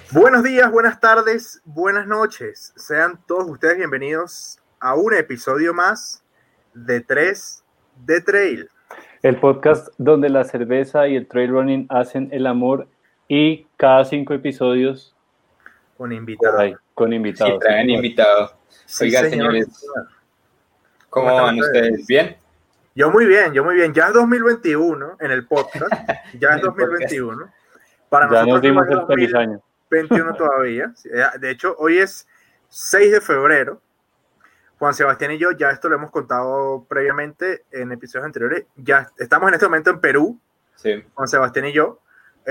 Buenos días, buenas tardes, buenas noches. Sean todos ustedes bienvenidos a un episodio más de 3 de Trail. El podcast donde la cerveza y el trail running hacen el amor y cada 5 episodios Con invitados. con invitados. Sí, traen invitados. Sí, Oigan, señor, señores, señor. ¿cómo van ustedes? ¿Bien? Yo muy bien. Ya es 2021 en el podcast. Ya es 2021. Para Ya nos nosotros dimos no es el feliz año. 2021 todavía. De hecho, hoy es 6 de febrero. Juan Sebastián y yo, ya esto lo hemos contado previamente en episodios anteriores. Ya estamos en este momento en Perú. Sí. Juan Sebastián y yo.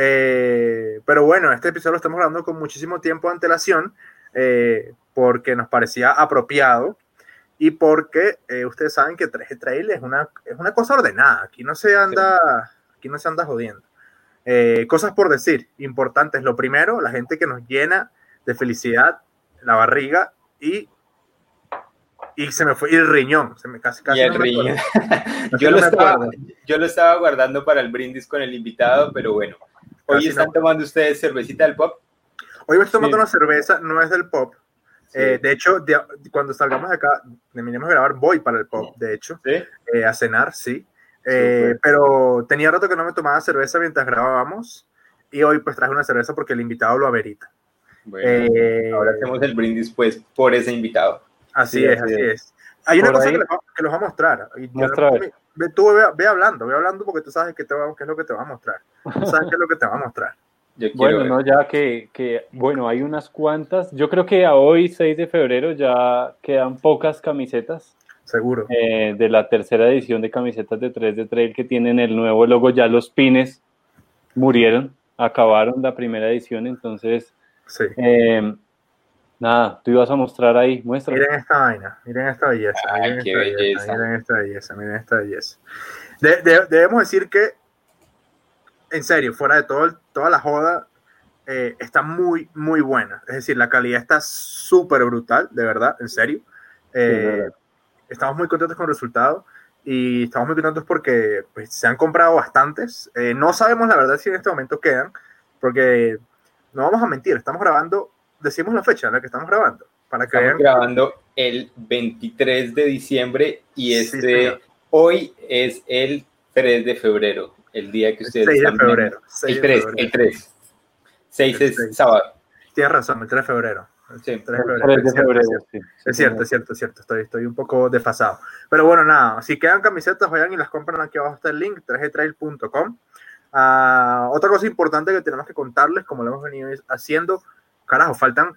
Pero bueno, este episodio lo estamos grabando con muchísimo tiempo de antelación porque nos parecía apropiado y porque ustedes saben que Trail es una cosa ordenada. Aquí no se anda jodiendo. Cosas por decir, importantes. Lo primero, la gente que nos llena de felicidad, la barriga y se me fue el riñón. Se me casi Y el no me riñón. acuerdo. Yo lo estaba guardando para el brindis con el invitado, pero bueno. Hoy Casi están tomando ustedes cervecita del pop. Hoy me estoy tomando una cerveza, no es del pop. Sí. De hecho, cuando salgamos de acá, terminemos de grabar, voy para el pop, de hecho. ¿Sí? A cenar, sí. Pero tenía rato que no me tomaba cerveza mientras grabábamos. Y hoy pues traje una cerveza porque el invitado lo amerita. Bueno, ahora hacemos el brindis pues por ese invitado. Así es. Hay una cosa que los va a mostrar. Tú ve hablando porque tú sabes qué es lo que te va a mostrar. Tú sabes qué es lo que te va a mostrar. Bueno, no, ya bueno, hay unas cuantas. Yo creo que a hoy, 6 de febrero, ya quedan pocas camisetas. Seguro. De la tercera edición de camisetas de 3 de Trail que tienen el nuevo logo. Ya los pines murieron, acabaron la primera edición, entonces... Sí. Nada, tú ibas a mostrar ahí, muestra. Miren esta vaina, miren esta belleza. Ay, qué belleza. Miren esta belleza. Debemos decir que, en serio, fuera de toda la joda, está muy, muy buena. Es decir, la calidad está súper brutal, de verdad, en serio. Verdad. Estamos muy contentos con el resultado y estamos muy contentos porque pues, se han comprado bastantes. No sabemos la verdad si en este momento quedan, porque no vamos a mentir, estamos grabando. Decimos la fecha en la que estamos grabando. Estamos grabando el 23 de diciembre y hoy es el 3 de febrero, el día que ustedes están viendo. El 3. 6 es sábado. Tienes razón, el 3 de febrero. Sí, el 3 de febrero. Es cierto. Estoy un poco desfasado. Pero bueno, nada, si quedan camisetas, vayan y las compran. Aquí abajo está el link, 3detrail.com. Otra cosa importante que tenemos que contarles, como lo hemos venido haciendo, carajo, faltan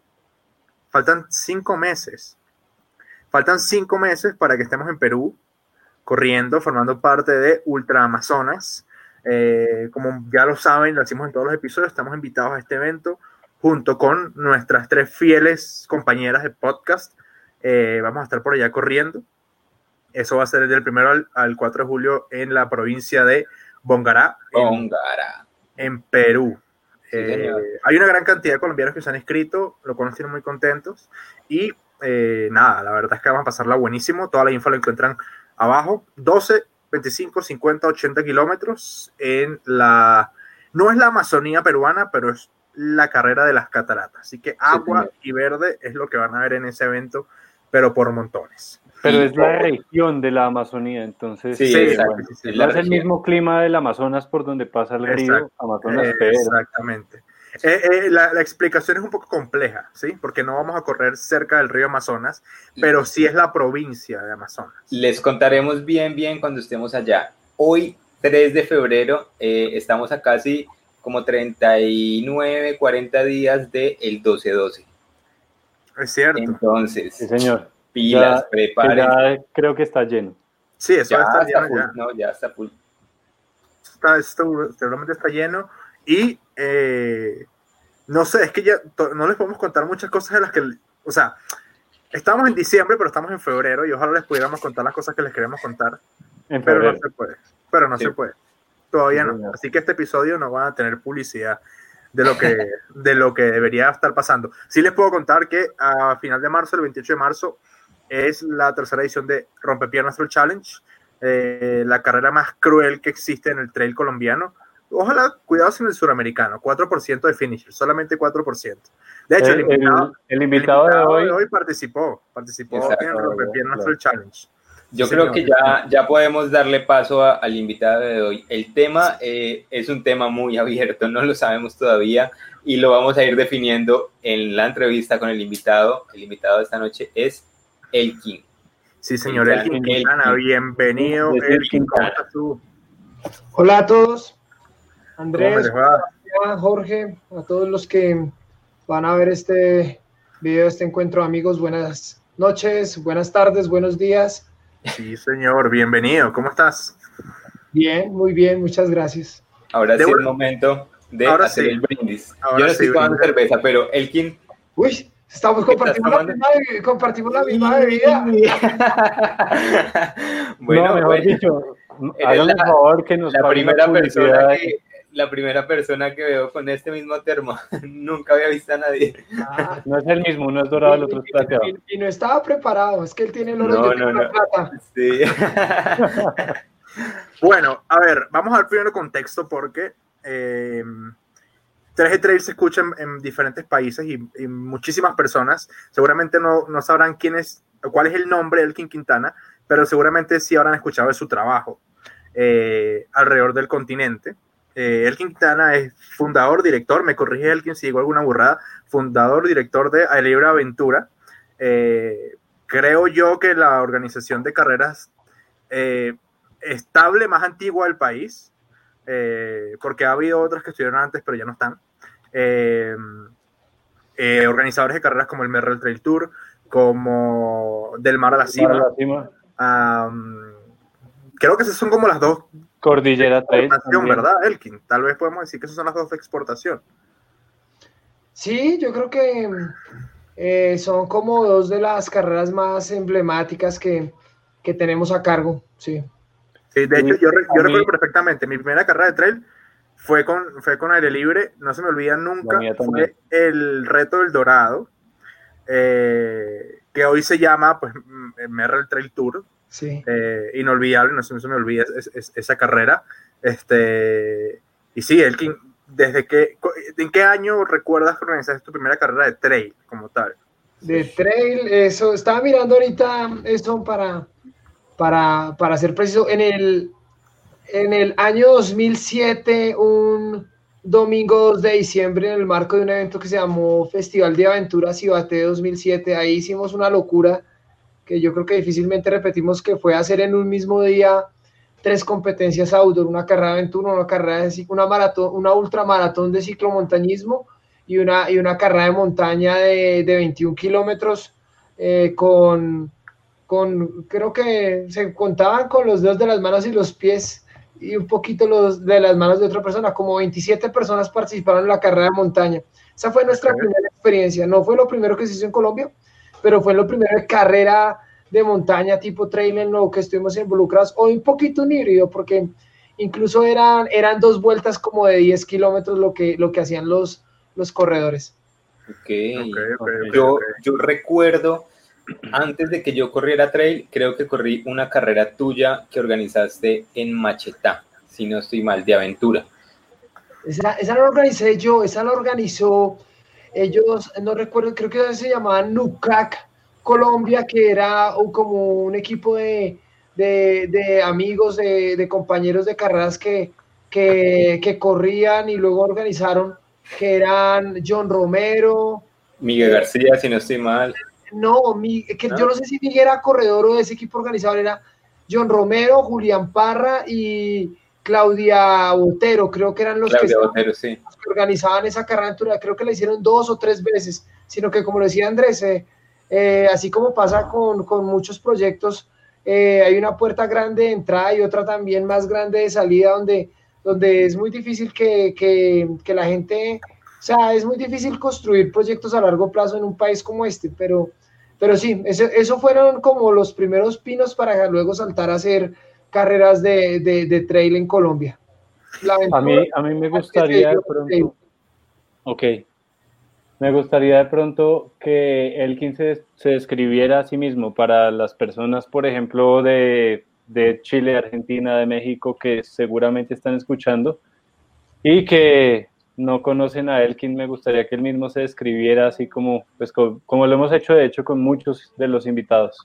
5 meses. Faltan 5 meses para que estemos en Perú, corriendo, formando parte de Ultra Amazonas. Como ya lo saben, lo decimos en todos los episodios, estamos invitados a este evento junto con nuestras 3 fieles compañeras de podcast. Vamos a estar por allá corriendo. Eso va a ser del 1 al 4 de julio en la provincia de Bongará. En Perú. Hay una gran cantidad de colombianos que se han inscrito, lo cual nos tienen muy contentos y nada, la verdad es que vamos a pasarla buenísimo. Toda la info la encuentran abajo. 12, 25, 50, 80 kilómetros no es la Amazonía peruana, pero es la carrera de las cataratas, así que agua y verde es lo que van a ver en ese evento, pero por montones. Pero es la región de la Amazonía, entonces no es el mismo clima del Amazonas por donde pasa el río Amazonas. Exactamente. La explicación es un poco compleja, ¿sí? Porque no vamos a correr cerca del río Amazonas, pero sí es la provincia de Amazonas. Les contaremos bien cuando estemos allá. Hoy, 3 de febrero, estamos a casi como 39, 40 días del 12-12. Es cierto. Entonces, sí, señor. Pilas, preparen. Ya creo que está lleno. Sí, eso está full. Ya. No, ya está full. Seguramente está lleno. Y no sé, es que ya no les podemos contar muchas cosas de las que, o sea, estamos en diciembre, pero estamos en febrero y ojalá les pudiéramos contar las cosas que les queremos contar. Pero no se puede. Todavía no. Así que este episodio no va a tener publicidad de lo que debería estar pasando. Sí les puedo contar que a final de marzo, el 28 de marzo, es la tercera edición de Rompepiernas Trail Challenge, la carrera más cruel que existe en el trail colombiano. ojalá, cuidados en el suramericano, 4% de finisher, solamente 4%. De hecho, el invitado de hoy participó en Rompepiernas Trail Challenge. Yo creo que ya podemos darle paso al invitado de hoy. El tema es un tema muy abierto, no lo sabemos todavía y lo vamos a ir definiendo en la entrevista con el invitado. El invitado de esta noche es Elkin. Sí, señor, Elkin Quintana, bienvenido. Elkin, ¿cómo estás tú? Hola a todos, Andrés, Jorge, a todos los que van a ver este video, este encuentro, amigos, buenas noches, buenas tardes, buenos días. Sí, señor, bienvenido, ¿cómo estás? Bien, muy bien, muchas gracias. Ahora sí es momento de hacer el brindis. Yo no estoy tomando cerveza, pero Elkin... Uy, compartimos la misma bebida. Bueno, mejor dicho, háganme por favor que nos la primera persona que veo con este mismo termo. Nunca había visto a nadie. No es el mismo, uno es dorado, el otro es plateado. Y no estaba preparado, es que él tiene el oro y yo tengo la plata. Sí. Bueno, a ver, vamos a ver primero contexto porque 3G Trail se escucha en diferentes países y muchísimas personas seguramente no sabrán cuál es el nombre de Elkin Quintana, pero seguramente sí habrán escuchado de su trabajo alrededor del continente. Elkin Quintana es fundador, director, me corrige Elkin si digo alguna burrada, fundador, director de Aire Libre Aventura. Creo yo que la organización de carreras estable más antigua del país, porque ha habido otras que estuvieron antes pero ya no están. Organizadores de carreras como el Merrell Trail Tour, como Del Mar a la Cima. Creo que esas son como las dos Cordillera Trail, ¿verdad, Elkin? Tal vez podemos decir que esas son las dos de exportación. Sí, yo creo que son como dos de las carreras más emblemáticas que tenemos a cargo, sí. Sí, de hecho, yo recuerdo perfectamente, mi primera carrera de trail fue con Aire Libre, no se me olvida nunca, fue el Reto del Dorado, que hoy se llama pues Merrell Trail Tour. Sí. Inolvidable, no se me olvida esa carrera. Y sí, Elkin, ¿en qué año recuerdas que organizaste tu primera carrera de trail como tal? De trail, eso, estaba mirando ahorita esto para ser preciso, en el año 2007, un domingo 2 de diciembre, en el marco de un evento que se llamó Festival de Aventuras Cibate 2007, ahí hicimos una locura que yo creo que difícilmente repetimos, que fue hacer en un mismo día 3 competencias outdoor, una carrera de aventura, una carrera una maratón, una ultramaratón de ciclomontañismo y una carrera de montaña de 21 kilómetros con creo que se contaban con los dedos de las manos y los pies y un poquito los de las manos de otra persona, como 27 personas participaron en la carrera de montaña. Esa fue nuestra primera experiencia, no fue lo primero que se hizo en Colombia, pero fue lo primero de carrera de montaña tipo trail en lo que estuvimos involucrados, o un poquito un híbrido, porque incluso eran 2 vueltas como de 10 kilómetros lo que hacían los corredores. Okay. Yo recuerdo, antes de que yo corriera trail, creo que corrí una carrera tuya que organizaste en Machetá, si no estoy mal, de aventura. Esa no la organicé yo, esa la organizó ellos, no recuerdo, creo que se llamaban NUCAC Colombia, que era como un equipo de amigos, de compañeros de carreras que corrían y luego organizaron, que eran John Romero, Miguel García, si no estoy mal. No, yo no sé si Miguel era corredor o de ese equipo organizador, era John Romero, Julián Parra y Claudia Botero, creo que eran los que organizaban esa carrera, creo que la hicieron 2 o 3 veces, sino que como lo decía Andrés, así como pasa con muchos proyectos, hay una puerta grande de entrada y otra también más grande de salida donde es muy difícil que la gente, o sea, es muy difícil construir proyectos a largo plazo en un país como este, pero sí, eso fueron como los primeros pinos para luego saltar a hacer carreras de trail en Colombia. A mí me gustaría de pronto, me gustaría de pronto que Elkin se describiera a sí mismo para las personas, por ejemplo, de Chile, Argentina, de México, que seguramente están escuchando. Y que no conocen a Elkin, me gustaría que él mismo se describiera así como, pues, como lo hemos hecho de hecho con muchos de los invitados.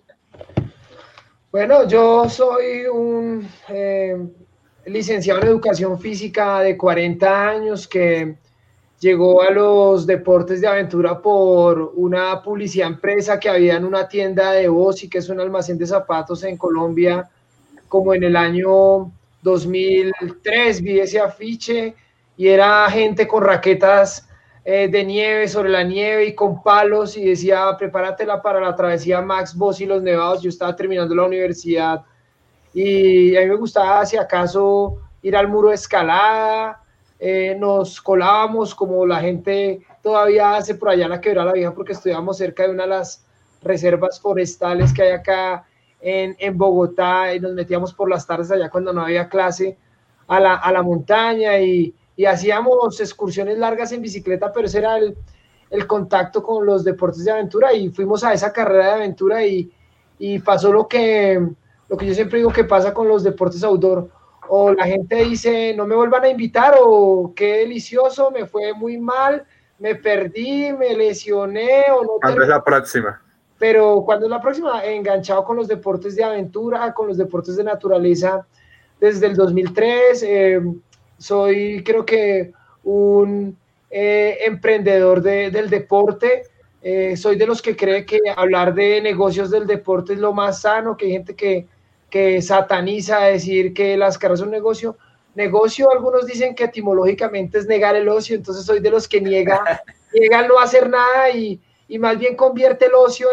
Bueno, yo soy un licenciado en educación física de 40 años que llegó a los deportes de aventura por una publicidad empresa que había en una tienda de Osi, que es un almacén de zapatos en Colombia, como en el año 2003. Vi ese afiche y era gente con raquetas de nieve sobre la nieve y con palos y decía, prepáratela para la travesía Max Boss y los Nevados. Yo estaba terminando la universidad y a mí me gustaba, si acaso, ir al muro de escalada. Nos colábamos como la gente todavía hace por allá en la Quebrada la Vieja, porque estudiábamos cerca de una de las reservas forestales que hay acá en Bogotá, y nos metíamos por las tardes allá cuando no había clase a la montaña y hacíamos excursiones largas en bicicleta, pero ese era el contacto con los deportes de aventura, y fuimos a esa carrera de aventura y pasó lo que yo siempre digo que pasa con los deportes outdoor. O la gente dice, no me vuelvan a invitar, o qué delicioso, me fue muy mal, me perdí, me lesioné. O no. ¿Cuándo es la próxima? Pero ¿cuándo es la próxima? Enganchado con los deportes de aventura, con los deportes de naturaleza desde el 2003. Soy, creo que, un emprendedor del deporte. Soy de los que cree que hablar de negocios del deporte es lo más sano, que hay gente que sataniza decir que las carreras son negocio. Negocio, algunos dicen que etimológicamente es negar el ocio, entonces soy de los que niega no hacer nada y más bien convierte el ocio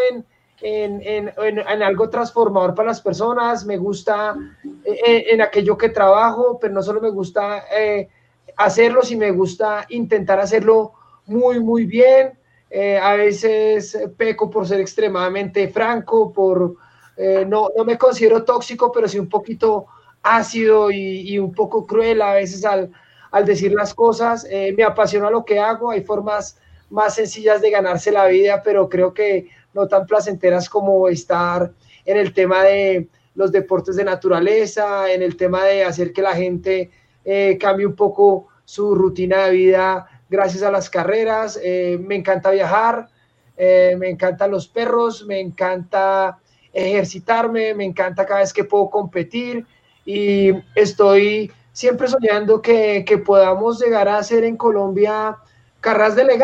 en algo transformador para las personas. Me gusta en aquello que trabajo, pero no solo me gusta hacerlo, sino me gusta intentar hacerlo muy, muy bien. A veces peco por ser extremadamente franco, no me considero tóxico, pero sí un poquito ácido y un poco cruel a veces al decir las cosas. Me apasiona lo que hago. Hay formas más sencillas de ganarse la vida, pero creo que no tan placenteras como estar en el tema de los deportes de naturaleza, en el tema de hacer que la gente cambie un poco su rutina de vida gracias a las carreras. Me encanta viajar, me encantan los perros, me encanta ejercitarme, me encanta cada vez que puedo competir, y estoy siempre soñando que podamos llegar a hacer en Colombia carreras de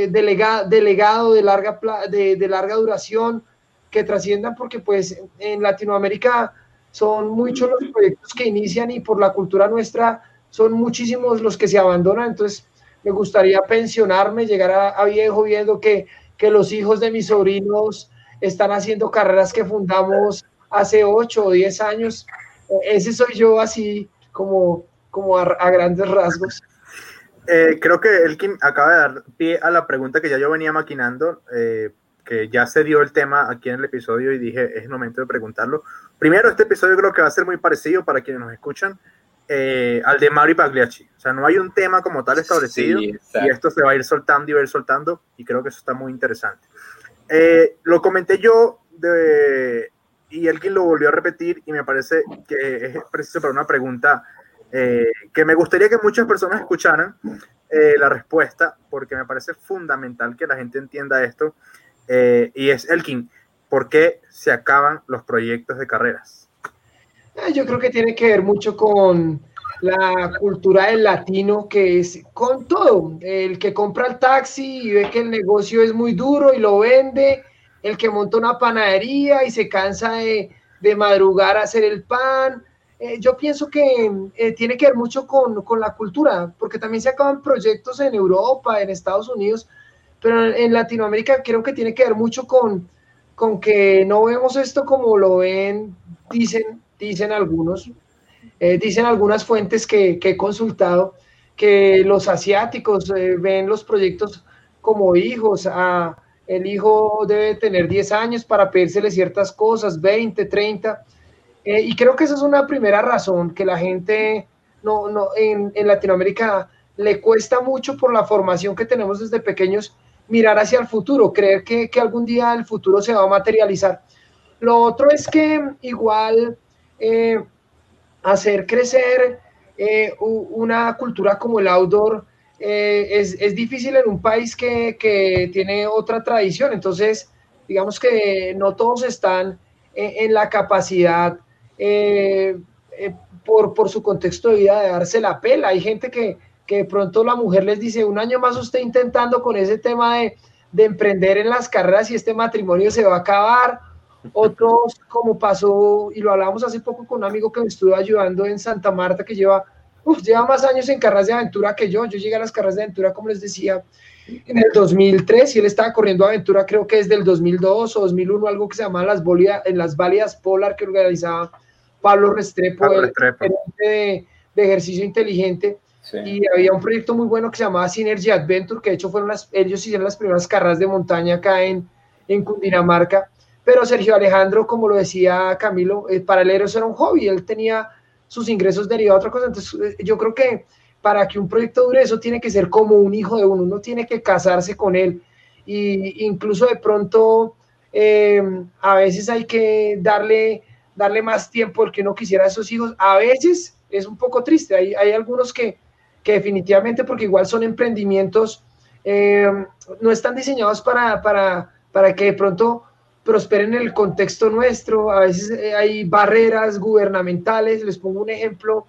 legado de larga duración, que trasciendan, porque pues en Latinoamérica son muchos los proyectos que inician y por la cultura nuestra son muchísimos los que se abandonan. Entonces me gustaría pensionarme, llegar a viejo viendo que los hijos de mis sobrinos están haciendo carreras que fundamos hace 8 o 10 años. Ese soy yo, así como a grandes rasgos. Creo que Elkin acaba de dar pie a la pregunta que ya yo venía maquinando, que ya se dio el tema aquí en el episodio y dije, es el momento de preguntarlo. Primero, este episodio creo que va a ser muy parecido para quienes nos escuchan al de Mario Pagliacci. O sea, no hay un tema como tal establecido, sí, y esto se va a ir soltando y va a ir soltando, y creo que eso está muy interesante. Lo comenté yo y Elkin lo volvió a repetir, y me parece que es preciso para una pregunta que me gustaría que muchas personas escucharan la respuesta, porque me parece fundamental que la gente entienda esto, y es, Elkin, ¿por qué se acaban los proyectos de carreras? Yo creo que tiene que ver mucho con la cultura del latino, que es con todo. El que compra el taxi y ve que el negocio es muy duro y lo vende, el que monta una panadería y se cansa de madrugar a hacer el pan. Yo pienso que tiene que ver mucho con la cultura, porque también se acaban proyectos en Europa, en Estados Unidos, pero en Latinoamérica creo que tiene que ver mucho con que no vemos esto como lo ven, dicen algunos, dicen algunas fuentes que he consultado, que los asiáticos ven los proyectos como hijos. El hijo debe tener 10 años para pedírsele ciertas cosas, 20, 30, y creo que esa es una primera razón, que la gente en Latinoamérica le cuesta mucho, por la formación que tenemos desde pequeños, mirar hacia el futuro, creer que algún día el futuro se va a materializar. Lo otro es que igual hacer crecer una cultura como el outdoor es difícil en un país que tiene otra tradición. Entonces, digamos que no todos están en la capacidad por su contexto de vida de darse la pela. Hay gente que de pronto la mujer les dice, un año más usted intentando con ese tema de emprender en las carreras y este matrimonio se va a acabar. Otros, como pasó, y lo hablamos hace poco con un amigo que me estuvo ayudando en Santa Marta, que lleva más años en carreras de aventura que yo. Yo llegué a las carreras de aventura, como les decía, en el 2003, y él estaba corriendo aventura, creo que desde el 2002 o 2001, algo que se llama en las Válidas Polar, que organizaba Pablo Restrepo, de ejercicio inteligente. Sí. Y había un proyecto muy bueno que se llamaba Synergy Adventure, que de hecho ellos hicieron las primeras carreras de montaña acá en Cundinamarca. Pero Sergio Alejandro, como lo decía Camilo, para él eso era un hobby, él tenía sus ingresos derivados a otra cosa. Entonces yo creo que para que un proyecto dure, eso tiene que ser como un hijo de uno tiene que casarse con él, y incluso de pronto a veces hay que darle más tiempo al que uno quisiera a esos hijos. A veces es un poco triste, hay algunos que definitivamente, porque igual son emprendimientos, no están diseñados para que de pronto prosperen en el contexto nuestro. A veces hay barreras gubernamentales. Les pongo un ejemplo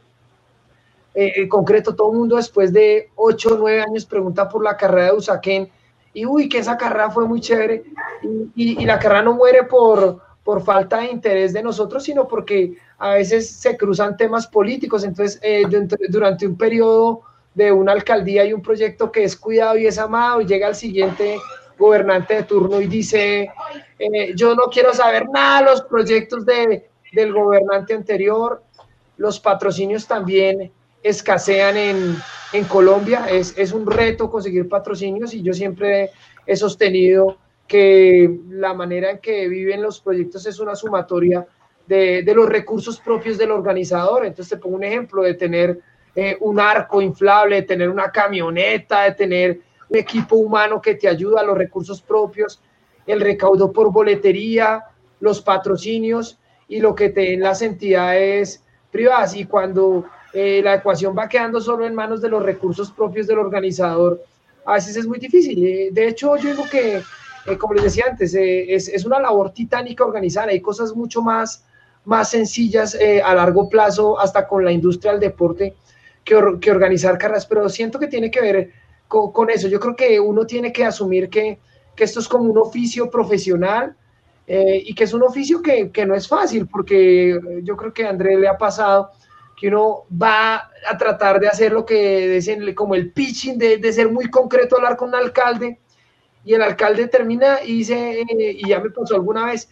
concreto. Todo el mundo después de 8 o 9 años pregunta por la carrera de Usaquén, y que esa carrera fue muy chévere, y la carrera no muere por falta de interés de nosotros, sino porque a veces se cruzan temas políticos. Entonces durante un periodo de una alcaldía hay un proyecto que es cuidado y es amado, y llega el siguiente gobernante de turno y dice, yo no quiero saber nada de los proyectos del gobernante anterior. Los patrocinios también escasean en Colombia. Es un reto conseguir patrocinios, y yo siempre he sostenido que la manera en que viven los proyectos es una sumatoria de los recursos propios del organizador. Entonces te pongo un ejemplo de tener un arco inflable, de tener una camioneta, de tener un equipo humano que te ayuda, los recursos propios, el recaudo por boletería, los patrocinios y lo que te den las entidades privadas. Y cuando la ecuación va quedando solo en manos de los recursos propios del organizador, a veces es muy difícil. De hecho, yo digo que, como les decía antes, es una labor titánica organizar. Hay cosas mucho más sencillas a largo plazo, hasta con la industria del deporte, que organizar carreras, pero siento que tiene que ver con eso. Yo creo que uno tiene que asumir que esto es como un oficio profesional, y que es un oficio que no es fácil, porque yo creo que a André le ha pasado que uno va a tratar de hacer lo que dicen como el pitching, de ser muy concreto, hablar con un alcalde, y el alcalde termina y dice, y ya me pasó alguna vez,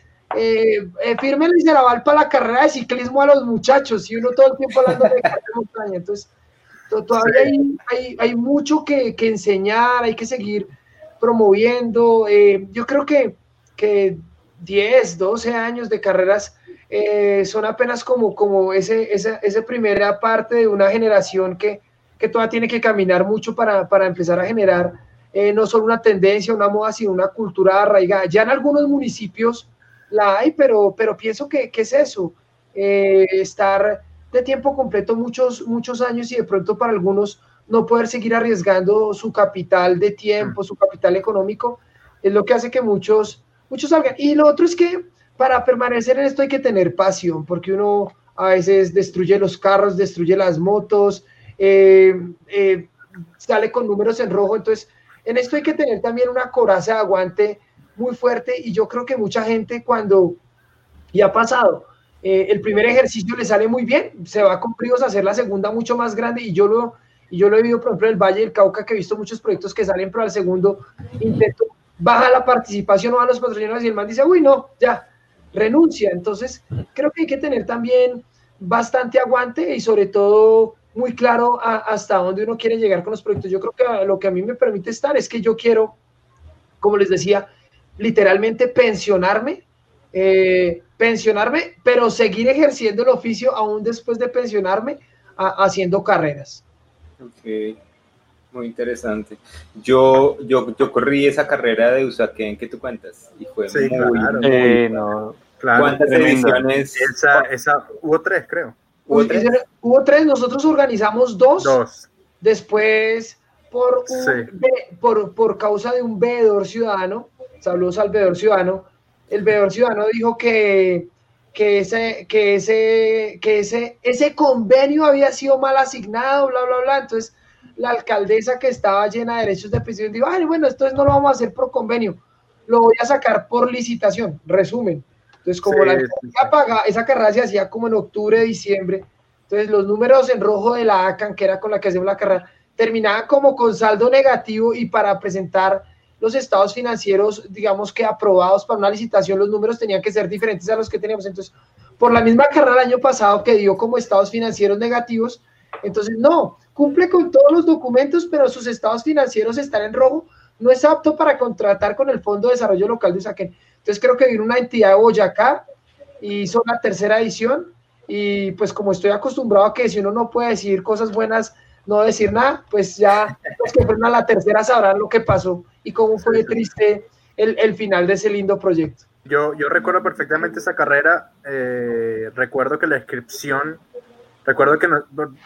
fírmele y se la va para la carrera de ciclismo a los muchachos, y uno todo el tiempo hablando de carrera de montaña. Entonces todavía hay mucho que enseñar, hay que seguir promoviendo. Yo creo que 10, 12 años de carreras son apenas como esa primera parte de una generación que todavía tiene que caminar mucho para empezar a generar no solo una tendencia, una moda, sino una cultura arraigada. Ya en algunos municipios la hay, pero pienso que es eso, estar de tiempo completo muchos años, y de pronto para algunos no poder seguir arriesgando su capital de tiempo, su capital económico, es lo que hace que muchos salgan. Y lo otro es que para permanecer en esto hay que tener pasión, porque uno a veces destruye los carros, destruye las motos, sale con números en rojo. Entonces en esto hay que tener también una coraza de aguante muy fuerte, y yo creo que mucha gente, cuando ya ha pasado el primer ejercicio, le sale muy bien, se va con bríos a hacer la segunda mucho más grande, y yo lo he visto, por ejemplo, en el Valle del Cauca, que he visto muchos proyectos que salen, pero al segundo intento baja la participación o a los patrocinadores, y el man dice, uy, no, ya, renuncia. Entonces creo que hay que tener también bastante aguante, y sobre todo muy claro hasta dónde uno quiere llegar con los proyectos. Yo creo que lo que a mí me permite estar es que yo quiero, como les decía, literalmente pensionarme, pero seguir ejerciendo el oficio aún después de pensionarme, haciendo carreras. Ok, muy interesante. Yo corrí esa carrera de Usaquén que tú cuentas, y fue muy claro. Claro, ¿Cuántas ediciones? Esa hubo 3, creo. Hubo 3, nosotros organizamos 2. Después, por causa de un veedor ciudadano, saludos al veedor ciudadano, el veedor ciudadano dijo que ese convenio había sido mal asignado, bla, bla, bla. Entonces, la alcaldesa, que estaba llena de derechos de presión, dijo, ay, bueno, entonces no lo vamos a hacer por convenio, lo voy a sacar por licitación, resumen. Entonces, como la alcaldía paga, esa carrera se hacía como en octubre, diciembre, entonces los números en rojo de la ACAN, que era con la que hacemos la carrera, terminaban como con saldo negativo, y para presentar los estados financieros, digamos que aprobados para una licitación, los números tenían que ser diferentes a los que teníamos. Entonces, por la misma carrera el año pasado, que dio como estados financieros negativos, entonces no, cumple con todos los documentos, pero sus estados financieros están en rojo, no es apto para contratar con el Fondo de Desarrollo Local de Usaquén. Entonces creo que vino una entidad de Boyacá y hizo la 3ª edición, y pues como estoy acostumbrado a que si uno no puede decir cosas buenas, no decir nada, pues ya los que fueron a la 3ª sabrán lo que pasó y cómo fue triste el final de ese lindo proyecto. Yo recuerdo perfectamente esa carrera. Recuerdo que la inscripción, recuerdo que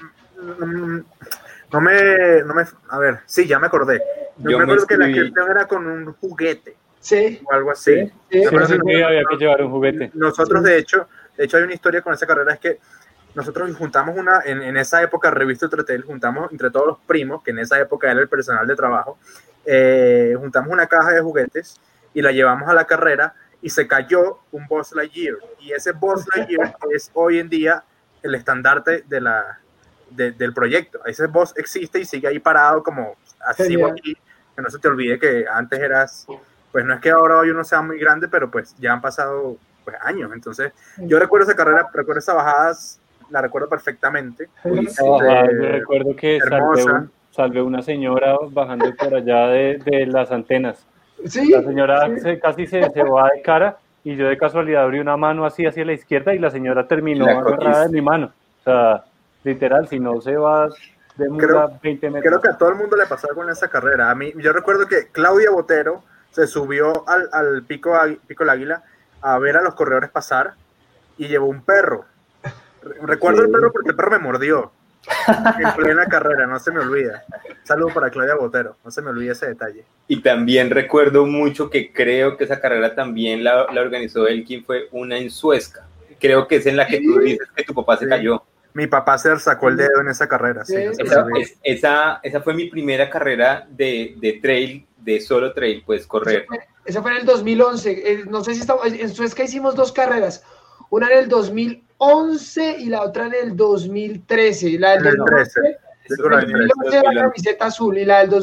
a ver, sí, ya me acordé. Yo me acuerdo que la inscripción era con un juguete. Sí. O algo así. Sí, había que llevar un juguete. Nosotros, de hecho hay una historia con esa carrera, es que nosotros juntamos en esa época, Revista Ultratel, juntamos entre todos los primos, que en esa época era el personal de trabajo, juntamos una caja de juguetes y la llevamos a la carrera, y se cayó un Buzz Lightyear, y ese Buzz Lightyear es hoy en día el estandarte del proyecto. Ese Buzz existe y sigue ahí parado, como así, aquí, que no se te olvide que antes eras, pues no es que ahora hoy uno sea muy grande, pero pues ya han pasado pues años. Entonces yo recuerdo esa carrera, recuerdo esas bajadas, la recuerdo perfectamente. Yo recuerdo que salvé una señora bajando por allá de las antenas. ¿Sí? La señora casi se va de cara, y yo de casualidad abrí una mano así hacia la izquierda, y la señora terminó agarrada de mi mano. O sea, literal, si no se va de 20 metros. Creo que a todo el mundo le pasó con esa carrera. A mí, yo recuerdo que Claudia Botero se subió al Pico del Águila a ver a los corredores pasar, y llevó un perro. Recuerdo el perro porque el perro me mordió en plena carrera, no se me olvida. Saludos para Claudia Botero, no se me olvida ese detalle. Y también recuerdo mucho que creo que esa carrera también la organizó Elkin, fue una en Suezca. Creo que es en la que tú dices que tu papá se cayó. Mi papá se sacó el dedo en esa carrera. Sí, esa fue mi primera carrera de trail, de solo trail, pues correr. Esa fue en el 2011. No sé si en Suezca hicimos 2 carreras. Una en el 2011 y la otra en el 2013. La del 2011 era camiseta azul, y la del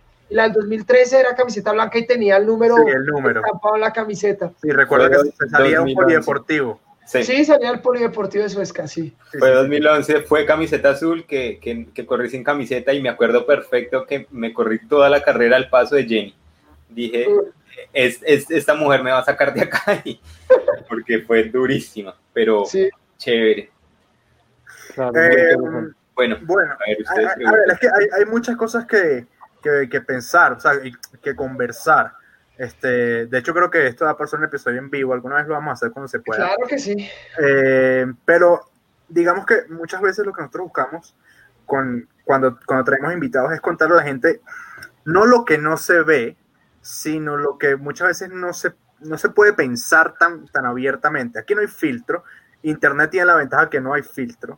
2013 era camiseta blanca y tenía el número estampado en la camiseta. Sí, recuerdo que salía un polideportivo. Sí, salía el polideportivo de Suezca, sí. Fue 2011, fue camiseta azul, que corrí sin camiseta, y me acuerdo perfecto que me corrí toda la carrera al paso de Jenny. Dije, esta mujer me va a sacar de acá, porque fue durísima, pero chévere. Claro, bueno, a ver, es que hay muchas cosas que pensar, o sea, que conversar. De hecho, creo que esto va a pasar un episodio en vivo, alguna vez lo vamos a hacer cuando se pueda. Claro que sí. Pero digamos que muchas veces lo que nosotros buscamos cuando traemos invitados es contarle a la gente no lo que no se ve, sino lo que muchas veces no se puede pensar tan abiertamente. Aquí no hay filtro. Internet tiene la ventaja que no hay filtro.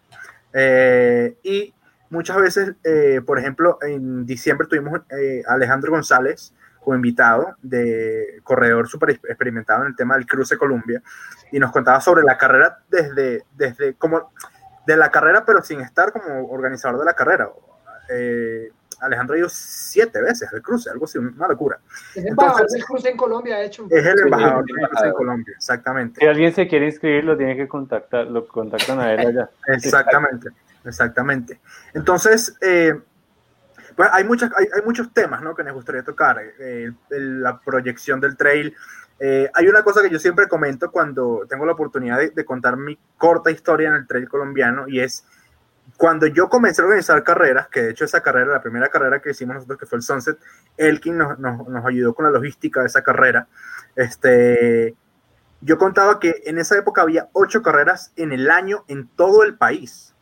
Y muchas veces, por ejemplo, en diciembre tuvimos a Alejandro González como invitado, de corredor súper experimentado en el tema del Cruce Colombia, y nos contaba sobre la carrera desde como de la carrera, pero sin estar como organizador de la carrera. Alejandro ha ido 7 veces al cruce, algo así, una locura. Es el embajador del cruce en Colombia, de hecho. Es el embajador del cruce en Colombia, exactamente. Si alguien se quiere inscribir, lo tiene que contactar, lo contactan a él allá. Exactamente. Entonces, pues hay muchos temas, ¿no?, que nos gustaría tocar. La proyección del trail. Hay una cosa que yo siempre comento cuando tengo la oportunidad de contar mi corta historia en el trail colombiano, y es cuando yo comencé a organizar carreras, que de hecho esa carrera, la primera carrera que hicimos nosotros, que fue el Sunset, Elkin nos ayudó con la logística de esa carrera. Yo contaba que en esa época había 8 carreras en el año en todo el país.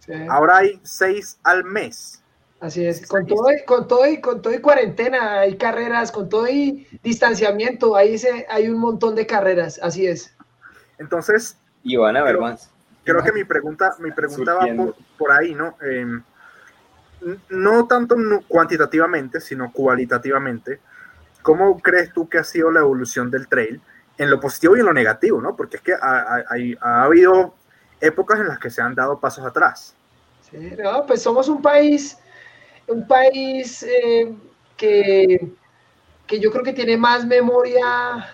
Sí. Ahora hay 6 al mes. Así es, con todo y cuarentena, hay carreras, con todo y distanciamiento, hay un montón de carreras, así es. Entonces, y van a haber más. Creo que mi pregunta va por ahí, ¿no? No tanto cuantitativamente, sino cualitativamente. ¿Cómo crees tú que ha sido la evolución del trail en lo positivo y en lo negativo, ¿no? Porque es que ha habido épocas en las que se han dado pasos atrás. Sí, no, pues somos un país que yo creo que tiene más memoria,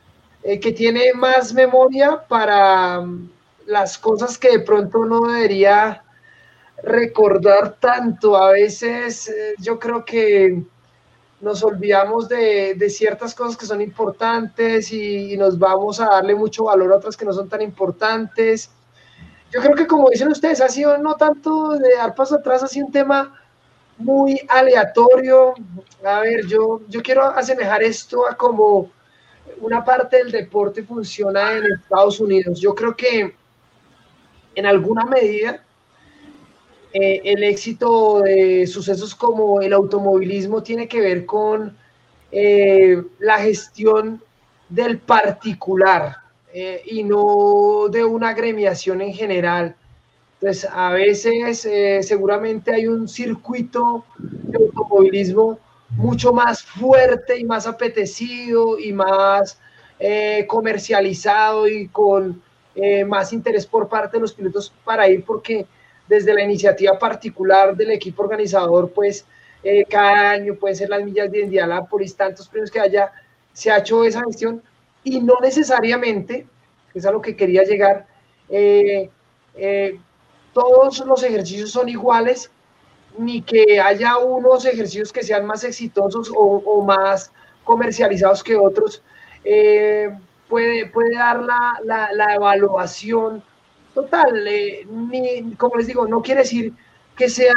para las cosas que de pronto no debería recordar tanto. A veces yo creo que nos olvidamos de ciertas cosas que son importantes y nos vamos a darle mucho valor a otras que no son tan importantes. Yo creo que, como dicen ustedes, ha sido no tanto de dar paso atrás, ha sido un tema muy aleatorio. A ver, yo quiero asemejar esto a como una parte del deporte funciona en Estados Unidos. Yo creo que en alguna medida el éxito de sucesos como el automovilismo tiene que ver con la gestión del particular y no de una agremiación en general. Entonces, a veces seguramente hay un circuito de automovilismo mucho más fuerte y más apetecido y más comercializado y con más interés por parte de los pilotos para ir, porque desde la iniciativa particular del equipo organizador, pues cada año pueden ser las millas de Indianápolis, tantos premios que haya, se ha hecho esa gestión y no necesariamente, que es a lo que quería llegar, todos los ejercicios son iguales, ni que haya unos ejercicios que sean más exitosos o más comercializados que otros. Puede dar la evaluación total. Como les digo, no quiere decir que sea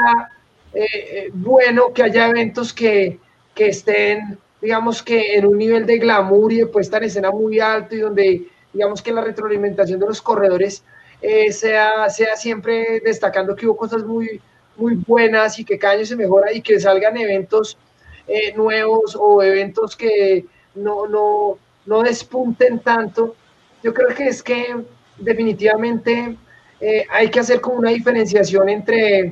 bueno que haya eventos que estén, digamos, que en un nivel de glamour y de puesta en escena muy alto y donde, digamos, que la retroalimentación de los corredores sea siempre destacando que hubo cosas muy buenas y que cada año se mejora y que salgan eventos nuevos o eventos que no despunten tanto. Yo creo que es que definitivamente hay que hacer como una diferenciación entre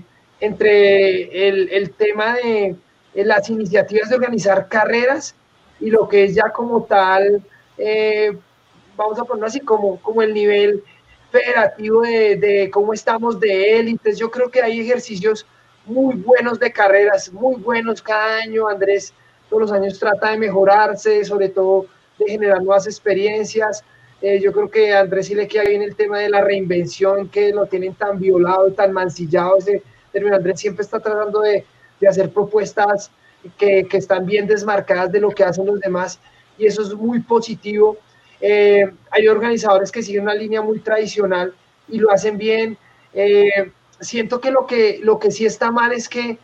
el tema de las iniciativas de organizar carreras y lo que es ya como tal, vamos a ponerlo así, como el nivel federativo de cómo estamos de élites. Yo creo que hay ejercicios muy buenos de carreras, muy buenos cada año. Andrés todos los años trata de mejorarse, sobre todo de generar nuevas experiencias. Yo creo que a Andrés sí le queda bien el tema de la reinvención, que lo tienen tan violado, tan mancillado ese término. Andrés siempre está tratando de hacer propuestas que están bien desmarcadas de lo que hacen los demás, y eso es muy positivo. Hay organizadores que siguen una línea muy tradicional y lo hacen bien. Siento que lo que sí está mal es que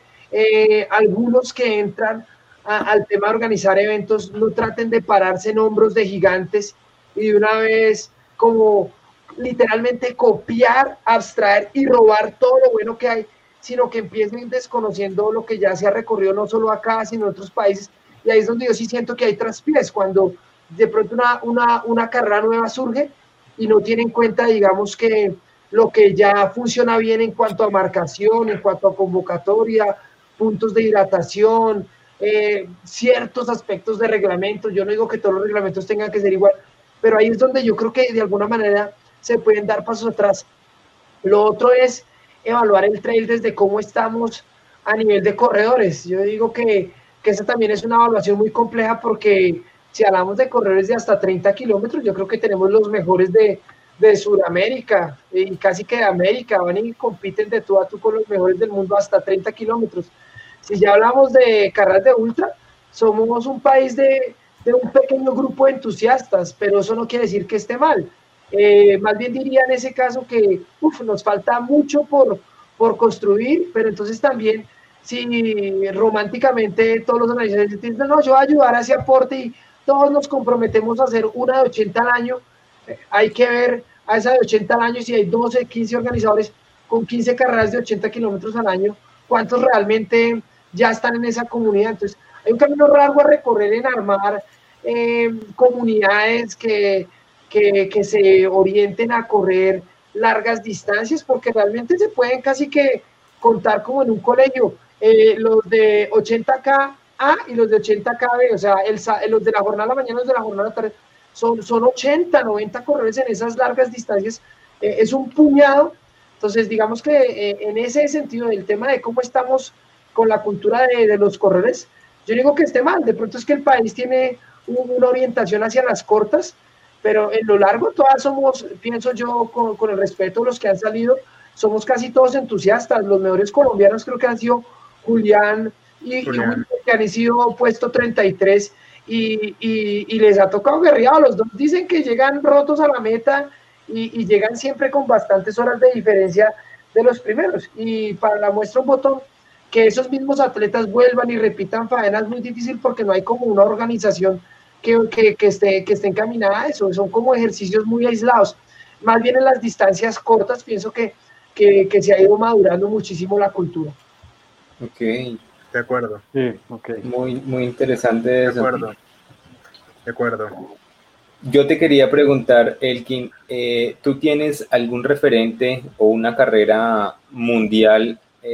algunos que entran al tema de organizar eventos no traten de pararse en hombros de gigantes y de una vez como literalmente copiar, abstraer y robar todo lo bueno que hay, sino que empiecen desconociendo lo que ya se ha recorrido no solo acá, sino en otros países. Y ahí es donde yo sí siento que hay traspiés, cuando de pronto una carrera nueva surge y no tiene en cuenta, digamos, que lo que ya funciona bien en cuanto a marcación, en cuanto a convocatoria, puntos de hidratación, ciertos aspectos de reglamento. Yo no digo que todos los reglamentos tengan que ser igual, pero ahí es donde yo creo que de alguna manera se pueden dar pasos atrás. Lo otro es evaluar el trail desde cómo estamos a nivel de corredores. Yo digo que esa también es una evaluación muy compleja, porque si hablamos de corredores de hasta 30 kilómetros, yo creo que tenemos los mejores de Sudamérica y casi que de América, van y compiten de tú a tú con los mejores del mundo hasta 30 kilómetros. Si ya hablamos de carreras de ultra, somos un país de un pequeño grupo de entusiastas, pero eso no quiere decir que esté mal. Más bien diría en ese caso que nos falta mucho por construir, pero entonces también, si románticamente todos los analistas dicen, no, yo voy a ayudar a ese aporte y todos nos comprometemos a hacer una de 80 al año, hay que ver a esa de 80 al año si hay 12, 15 organizadores, con 15 carreras de 80 kilómetros al año, ¿cuántos realmente ya están en esa comunidad? Entonces, hay un camino largo a recorrer en armar comunidades que se orienten a correr largas distancias, porque realmente se pueden casi que contar como en un colegio, los de 80K A y los de 80K B, o sea, los de la jornada de la mañana, los de la jornada de la tarde, son 80, 90 corredores en esas largas distancias, es un puñado. Entonces, digamos que en ese sentido, el tema de cómo estamos con la cultura de los corredores, yo digo que esté mal, de pronto es que el país tiene una orientación hacia las cortas, pero en lo largo todas somos, pienso yo, con el respeto de los que han salido, somos casi todos entusiastas. Los mejores colombianos creo que han sido Julián y Julio, que han sido puesto 33 y les ha tocado guerreado. Los dos dicen que llegan rotos a la meta y llegan siempre con bastantes horas de diferencia de los primeros. Y para la muestra un botón, que esos mismos atletas vuelvan y repitan faena es muy difícil porque no hay como una organización que esté encaminada a eso. Son como ejercicios muy aislados. Más bien en las distancias cortas pienso que se ha ido madurando muchísimo la cultura. Ok. De acuerdo. Sí, okay. Muy interesante. De acuerdo. De acuerdo. Yo te quería preguntar, Elkin, ¿tú tienes algún referente o una carrera mundial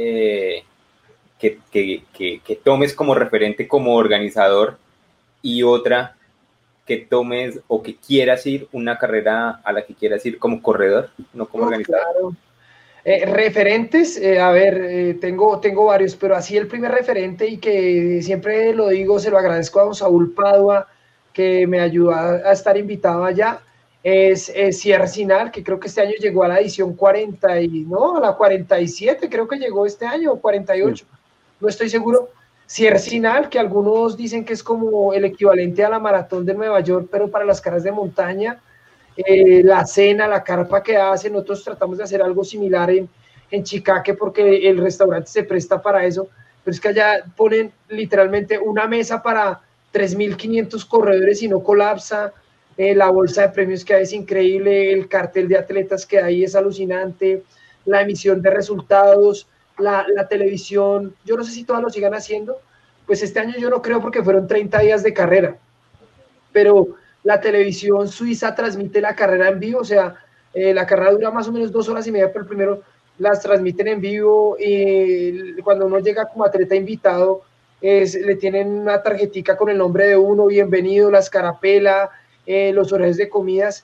que tomes como referente como organizador y otra que tomes o que quieras ir, una carrera a la que quieras ir como corredor, no como organizador? Claro. Referentes, a ver, tengo varios, pero así el primer referente y que siempre lo digo, se lo agradezco a don Saúl Padua, que me ayudó a estar invitado allá, es Sierra Sinal, que creo que este año llegó a la edición 40 a la 47, creo que llegó este año, o 48, sí. No estoy seguro. Sierra Sinal, que algunos dicen que es como el equivalente a la maratón de Nueva York, pero para las carreras de montaña. La cena, la carpa que hacen, nosotros tratamos de hacer algo similar en Chicaque porque el restaurante se presta para eso, pero es que allá ponen literalmente una mesa para 3.500 corredores y no colapsa. La bolsa de premios que hay es increíble, el cartel de atletas que hay es alucinante, la emisión de resultados, la televisión, yo no sé si todas lo sigan haciendo, pues este año yo no creo porque fueron 30 días de carrera, pero la televisión suiza transmite la carrera en vivo, o sea, la carrera dura más o menos 2 horas y media, pero primero las transmiten en vivo y cuando uno llega como atleta invitado, le tienen una tarjetica con el nombre de uno, bienvenido, la escarapela, los horarios de comidas.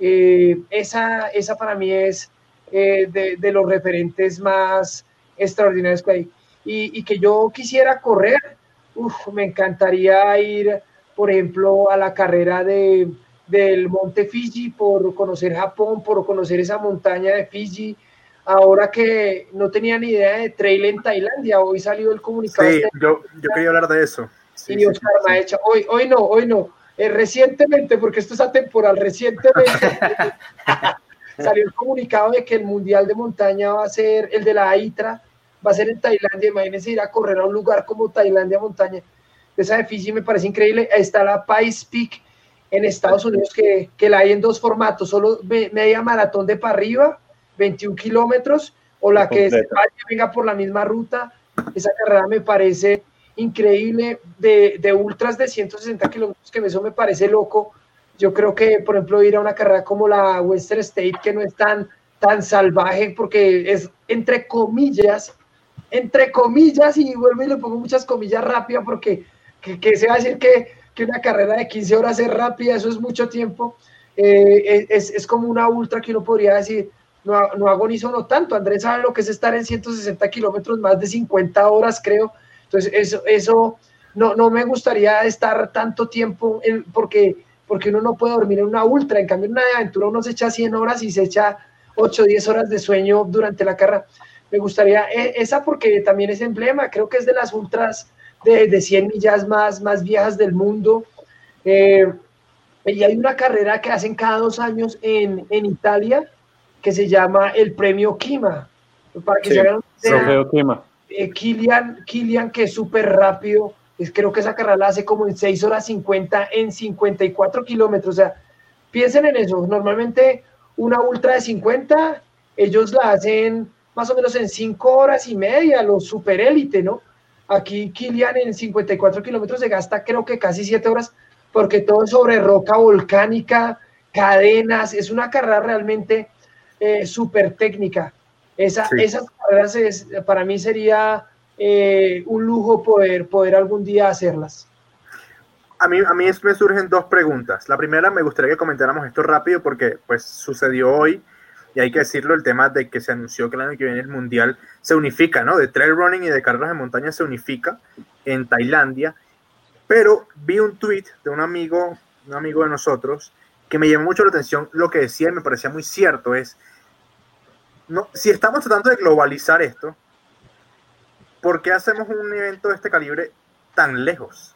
Esa para mí es de los referentes más extraordinarios que hay. Y que yo quisiera correr, me encantaría ir, por ejemplo, a la carrera del Monte Fiji, por conocer Japón, por conocer esa montaña de Fiji. Ahora que no tenía ni idea de trail en Tailandia, hoy salió el comunicado. Sí, yo quería hablar de eso. Sí, y Oscar Maecha, hoy no. Recientemente, porque esto es atemporal, recientemente salió el comunicado de que el Mundial de Montaña va a ser, el de la AITRA, va a ser en Tailandia. Imagínense ir a correr a un lugar como Tailandia Montaña. Esa de Fiji me parece increíble. Ahí está la Pikes Peak en Estados Unidos, que la hay en 2 formatos, solo media maratón de para arriba, 21 kilómetros, o la que venga por la misma ruta. Esa carrera me parece increíble, de ultras de 160 kilómetros, que eso me parece loco. Yo creo que, por ejemplo, ir a una carrera como la Western State, que no es tan salvaje, porque es entre comillas, y vuelvo y le pongo muchas comillas rápidas, porque que se va a decir que una carrera de 15 horas es rápida, eso es mucho tiempo. Es como una ultra que uno podría decir, no agonizo no tanto. Andrés sabe lo que es estar en 160 kilómetros, más de 50 horas, creo. Entonces, eso no me gustaría estar tanto tiempo, porque uno no puede dormir en una ultra. En cambio, en una aventura uno se echa 100 horas y se echa 8 o 10 horas de sueño durante la carrera. Me gustaría esa, porque también es emblema, creo que es de las ultras de 100 millas más viejas del mundo. Y hay una carrera que hacen cada 2 años en Italia, que se llama el Premio Kima. Para que se hagan Kima. Kilian, que es súper rápido, creo que esa carrera la hace como en 6 horas 50 en 54 kilómetros. O sea, piensen en eso. Normalmente una ultra de 50, ellos la hacen más o menos en 5 horas y media, los superélite, ¿no? Aquí Kilian en 54 kilómetros se gasta creo que casi 7 horas, porque todo es sobre roca volcánica, cadenas, es una carrera realmente súper técnica. Esas carreras para mí sería un lujo poder algún día hacerlas. A mí me surgen 2 preguntas. La primera, me gustaría que comentáramos esto rápido porque pues sucedió hoy y hay que decirlo, el tema de que se anunció que el año que viene el mundial se unifica, ¿no? De trail running y de carreras de montaña se unifica en Tailandia, pero vi un tweet de un amigo de nosotros que me llamó mucho la atención lo que decía y me parecía muy cierto, no, si estamos tratando de globalizar esto, ¿por qué hacemos un evento de este calibre tan lejos?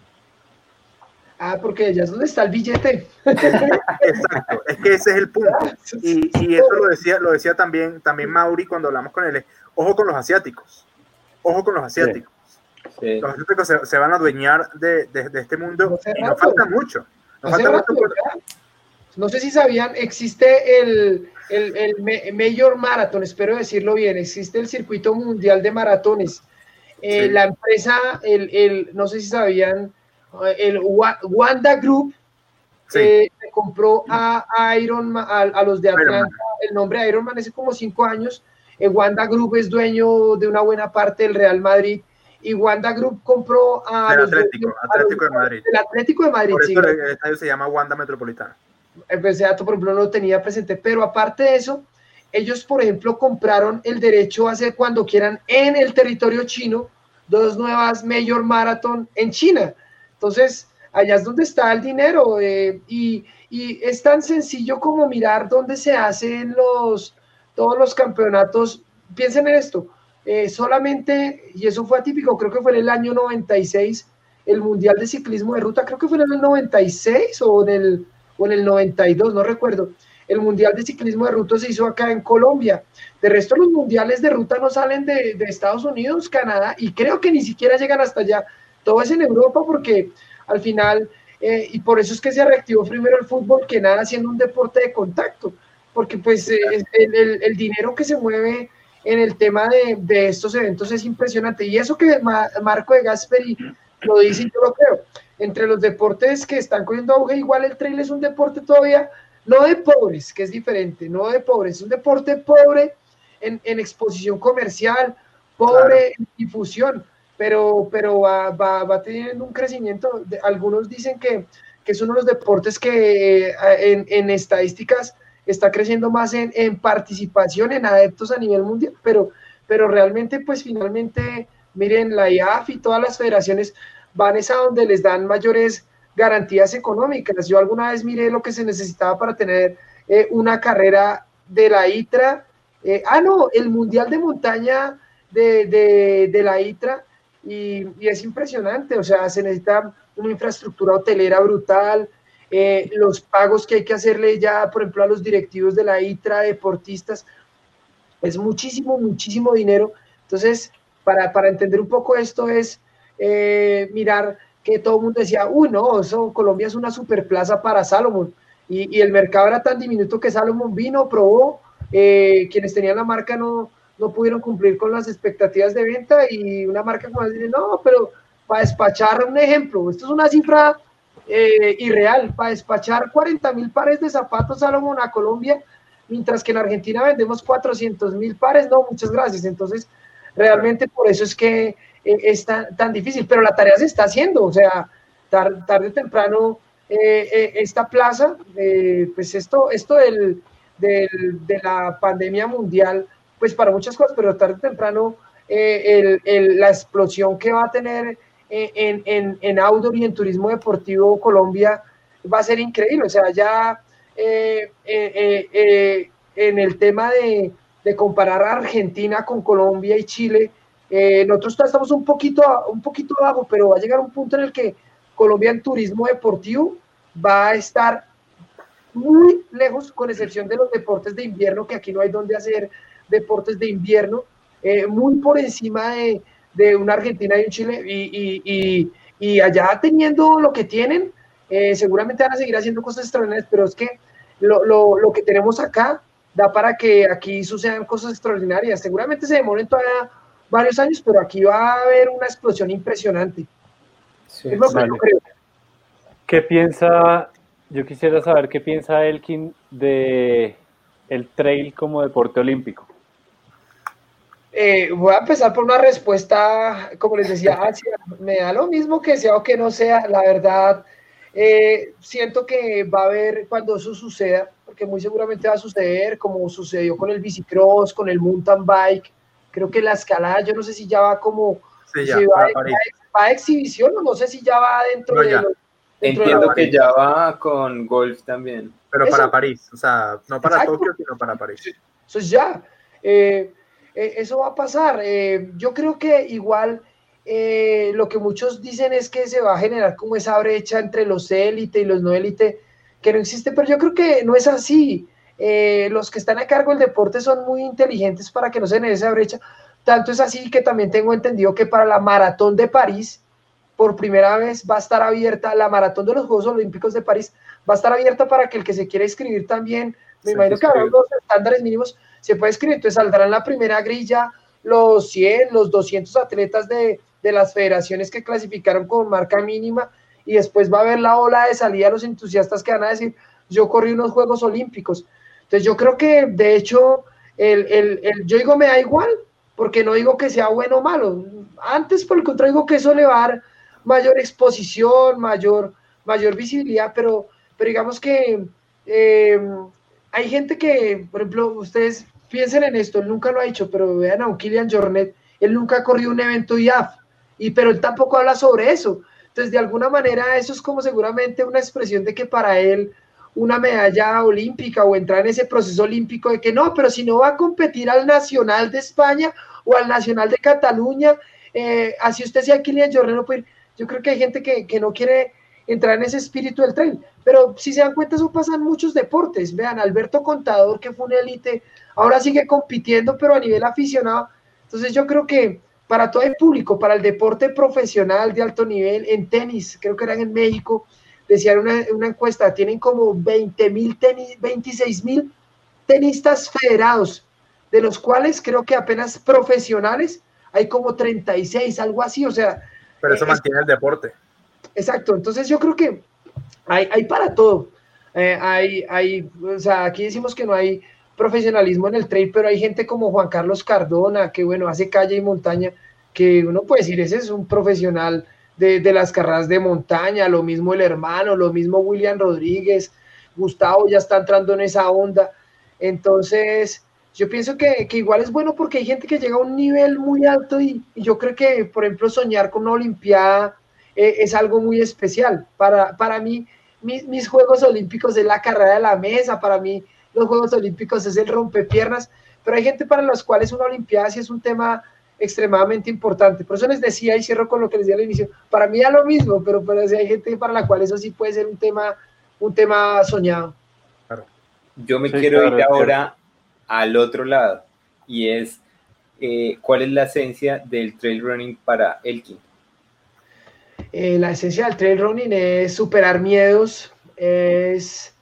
Porque allá es donde está el billete. Exacto, es que ese es el punto. Y eso lo decía también Mauri cuando hablamos con él. Ojo con los asiáticos. Ojo con los asiáticos. Sí. Los asiáticos se van a adueñar de este mundo y nos falta mucho. No sé si sabían, existe el Major Marathon, espero decirlo bien, existe el circuito mundial de maratones. La empresa, no sé si sabían, el Wanda Group compró a Ironman, a los de Atlanta. Ironman. El nombre de Ironman hace como 5 años. Wanda Group es dueño de una buena parte del Real Madrid y Wanda Group compró al Atlético de Madrid. El Atlético de Madrid, por eso el estadio se llama Wanda Metropolitano. Ese dato, por ejemplo, no lo tenía presente, pero aparte de eso, ellos, por ejemplo, compraron el derecho a hacer cuando quieran en el territorio chino 2 nuevas Major Marathon en China. Entonces, allá es donde está el dinero y es tan sencillo como mirar dónde se hacen todos los campeonatos. Piensen en esto, solamente, y eso fue atípico, creo que fue en el año 96, el Mundial de Ciclismo de Ruta, creo que fue en el 96 o en el 92, no recuerdo. El Mundial de Ciclismo de Ruta se hizo acá en Colombia. De resto, los mundiales de ruta no salen de Estados Unidos, Canadá, y creo que ni siquiera llegan hasta allá. Todo es en Europa porque al final, y por eso es que se reactivó primero el fútbol que nada, siendo un deporte de contacto, porque pues el dinero que se mueve en el tema de estos eventos es impresionante. Y eso que Marco de Gasperi lo dice y yo lo creo. Entre los deportes que están cogiendo auge, igual el trail es un deporte todavía, no de pobres, que es diferente, no de pobres, es un deporte pobre en exposición comercial, pobre en difusión, pero va teniendo un crecimiento. Algunos dicen que es uno de los deportes que en estadísticas está creciendo más en participación, en adeptos a nivel mundial, pero realmente, pues finalmente, miren, la IAF y todas las federaciones van a donde les dan mayores garantías económicas. Yo alguna vez miré lo que se necesitaba para tener una carrera de la ITRA, el Mundial de Montaña de la ITRA, y es impresionante, o sea, se necesita una infraestructura hotelera brutal, los pagos que hay que hacerle ya, por ejemplo, a los directivos de la ITRA, deportistas, es muchísimo dinero. Entonces, para entender un poco esto es mirar que todo el mundo decía, no, Colombia es una superplaza para Salomon, y el mercado era tan diminuto que Salomon vino, probó, quienes tenían la marca no pudieron cumplir con las expectativas de venta, y una marca como dice, no, pero para despachar, un ejemplo, esto es una cifra irreal, para despachar 40,000 pares de zapatos Salomon a Colombia, mientras que en Argentina vendemos 400,000 pares, no, muchas gracias. Entonces, realmente por eso es que es tan difícil, pero la tarea se está haciendo, o sea, tarde o temprano esta plaza, pues esto de la pandemia mundial, pues para muchas cosas, pero tarde o temprano la explosión que va a tener en outdoor y en turismo deportivo Colombia va a ser increíble. O sea, ya en el tema de comparar a Argentina con Colombia y Chile, nosotros estamos un poquito abajo, pero va a llegar un punto en el que Colombia en turismo deportivo va a estar muy lejos, con excepción de los deportes de invierno, que aquí no hay donde hacer deportes de invierno, muy por encima de una Argentina y un Chile, y allá teniendo lo que tienen, seguramente van a seguir haciendo cosas extraordinarias, pero es que lo que tenemos acá da para que aquí sucedan cosas extraordinarias. Seguramente se demoren todavía varios años, pero aquí va a haber una explosión impresionante. Sí, es lo que yo creo. ¿Qué piensa? Yo quisiera saber qué piensa Elkin de el trail como deporte olímpico. Voy a empezar por una respuesta, como les decía, me da lo mismo que sea o que no sea, la verdad. Siento que va a haber cuando eso suceda, porque muy seguramente va a suceder, como sucedió con el bicicross, con el mountain bike. Creo que la escalada, yo no sé si ya va como sí, ya, va a exhibición, o no sé si ya va dentro de los. Entiendo que ya va con golf también. Pero eso, para París, o sea, no para Tokio, sino para París. Eso es ya. Eso va a pasar. Yo creo que igual lo que muchos dicen es que se va a generar como esa brecha entre los élite y los no élite, que no existe, pero yo creo que no es así. Los que están a cargo del deporte son muy inteligentes para que no se genere esa brecha. Tanto es así que también tengo entendido que para la maratón de París, por primera vez va a estar abierta, la maratón de los Juegos Olímpicos de París va a estar abierta para que el que se quiera inscribir también, me imagino que habrá unos estándares mínimos, se puede escribir, entonces saldrá en la primera grilla los 100, los 200 atletas de las federaciones que clasificaron con marca mínima, y después va a haber la ola de salida de los entusiastas que van a decir, yo corrí unos Juegos Olímpicos. Entonces yo creo que, de hecho, yo digo me da igual, porque no digo que sea bueno o malo, antes por el contrario digo que eso le va a dar mayor exposición, mayor visibilidad, pero digamos que hay gente que, por ejemplo, ustedes piensen en esto, él nunca lo ha hecho, pero vean a un Kilian Jornet, él nunca ha corrido un evento IAF, pero él tampoco habla sobre eso. Entonces, de alguna manera, eso es como seguramente una expresión de que para él una medalla olímpica o entrar en ese proceso olímpico de que no, pero si no va a competir al Nacional de España o al Nacional de Cataluña, así usted sea Kilian Jornet, no puede ir. Yo creo que hay gente que no quiere entrar en ese espíritu del trail, pero si se dan cuenta eso pasa en muchos deportes. Vean, Alberto Contador, que fue un élite, ahora sigue compitiendo, pero a nivel aficionado. Entonces yo creo que para todo el público, para el deporte profesional de alto nivel, en tenis, creo que eran en México, decían una encuesta, tienen como 26,000 tenistas federados, de los cuales creo que apenas profesionales hay como 36, algo así, o sea. Pero eso mantiene el deporte. Exacto, entonces yo creo que hay para todo. O sea, aquí decimos que no hay profesionalismo en el trail, pero hay gente como Juan Carlos Cardona, que bueno, hace calle y montaña, que uno puede decir, ese es un profesional de las carreras de montaña, lo mismo el hermano, lo mismo William Rodríguez, Gustavo ya está entrando en esa onda. Entonces, yo pienso que igual es bueno porque hay gente que llega a un nivel muy alto y yo creo que, por ejemplo, soñar con una olimpiada es algo muy especial. Para mí, mis Juegos Olímpicos es la carrera de la mesa, para mí los Juegos Olímpicos es el rompepiernas, pero hay gente para las cuales una olimpiada sí es un tema extremadamente importante. Por eso les decía, y cierro con lo que les decía al inicio, para mí da lo mismo, pero hay gente para la cual eso sí puede ser un tema soñado. Claro. Yo me quiero ir ahora al otro lado, y es ¿cuál es la esencia del trail running para Elkin? La esencia del trail running es superar miedos, es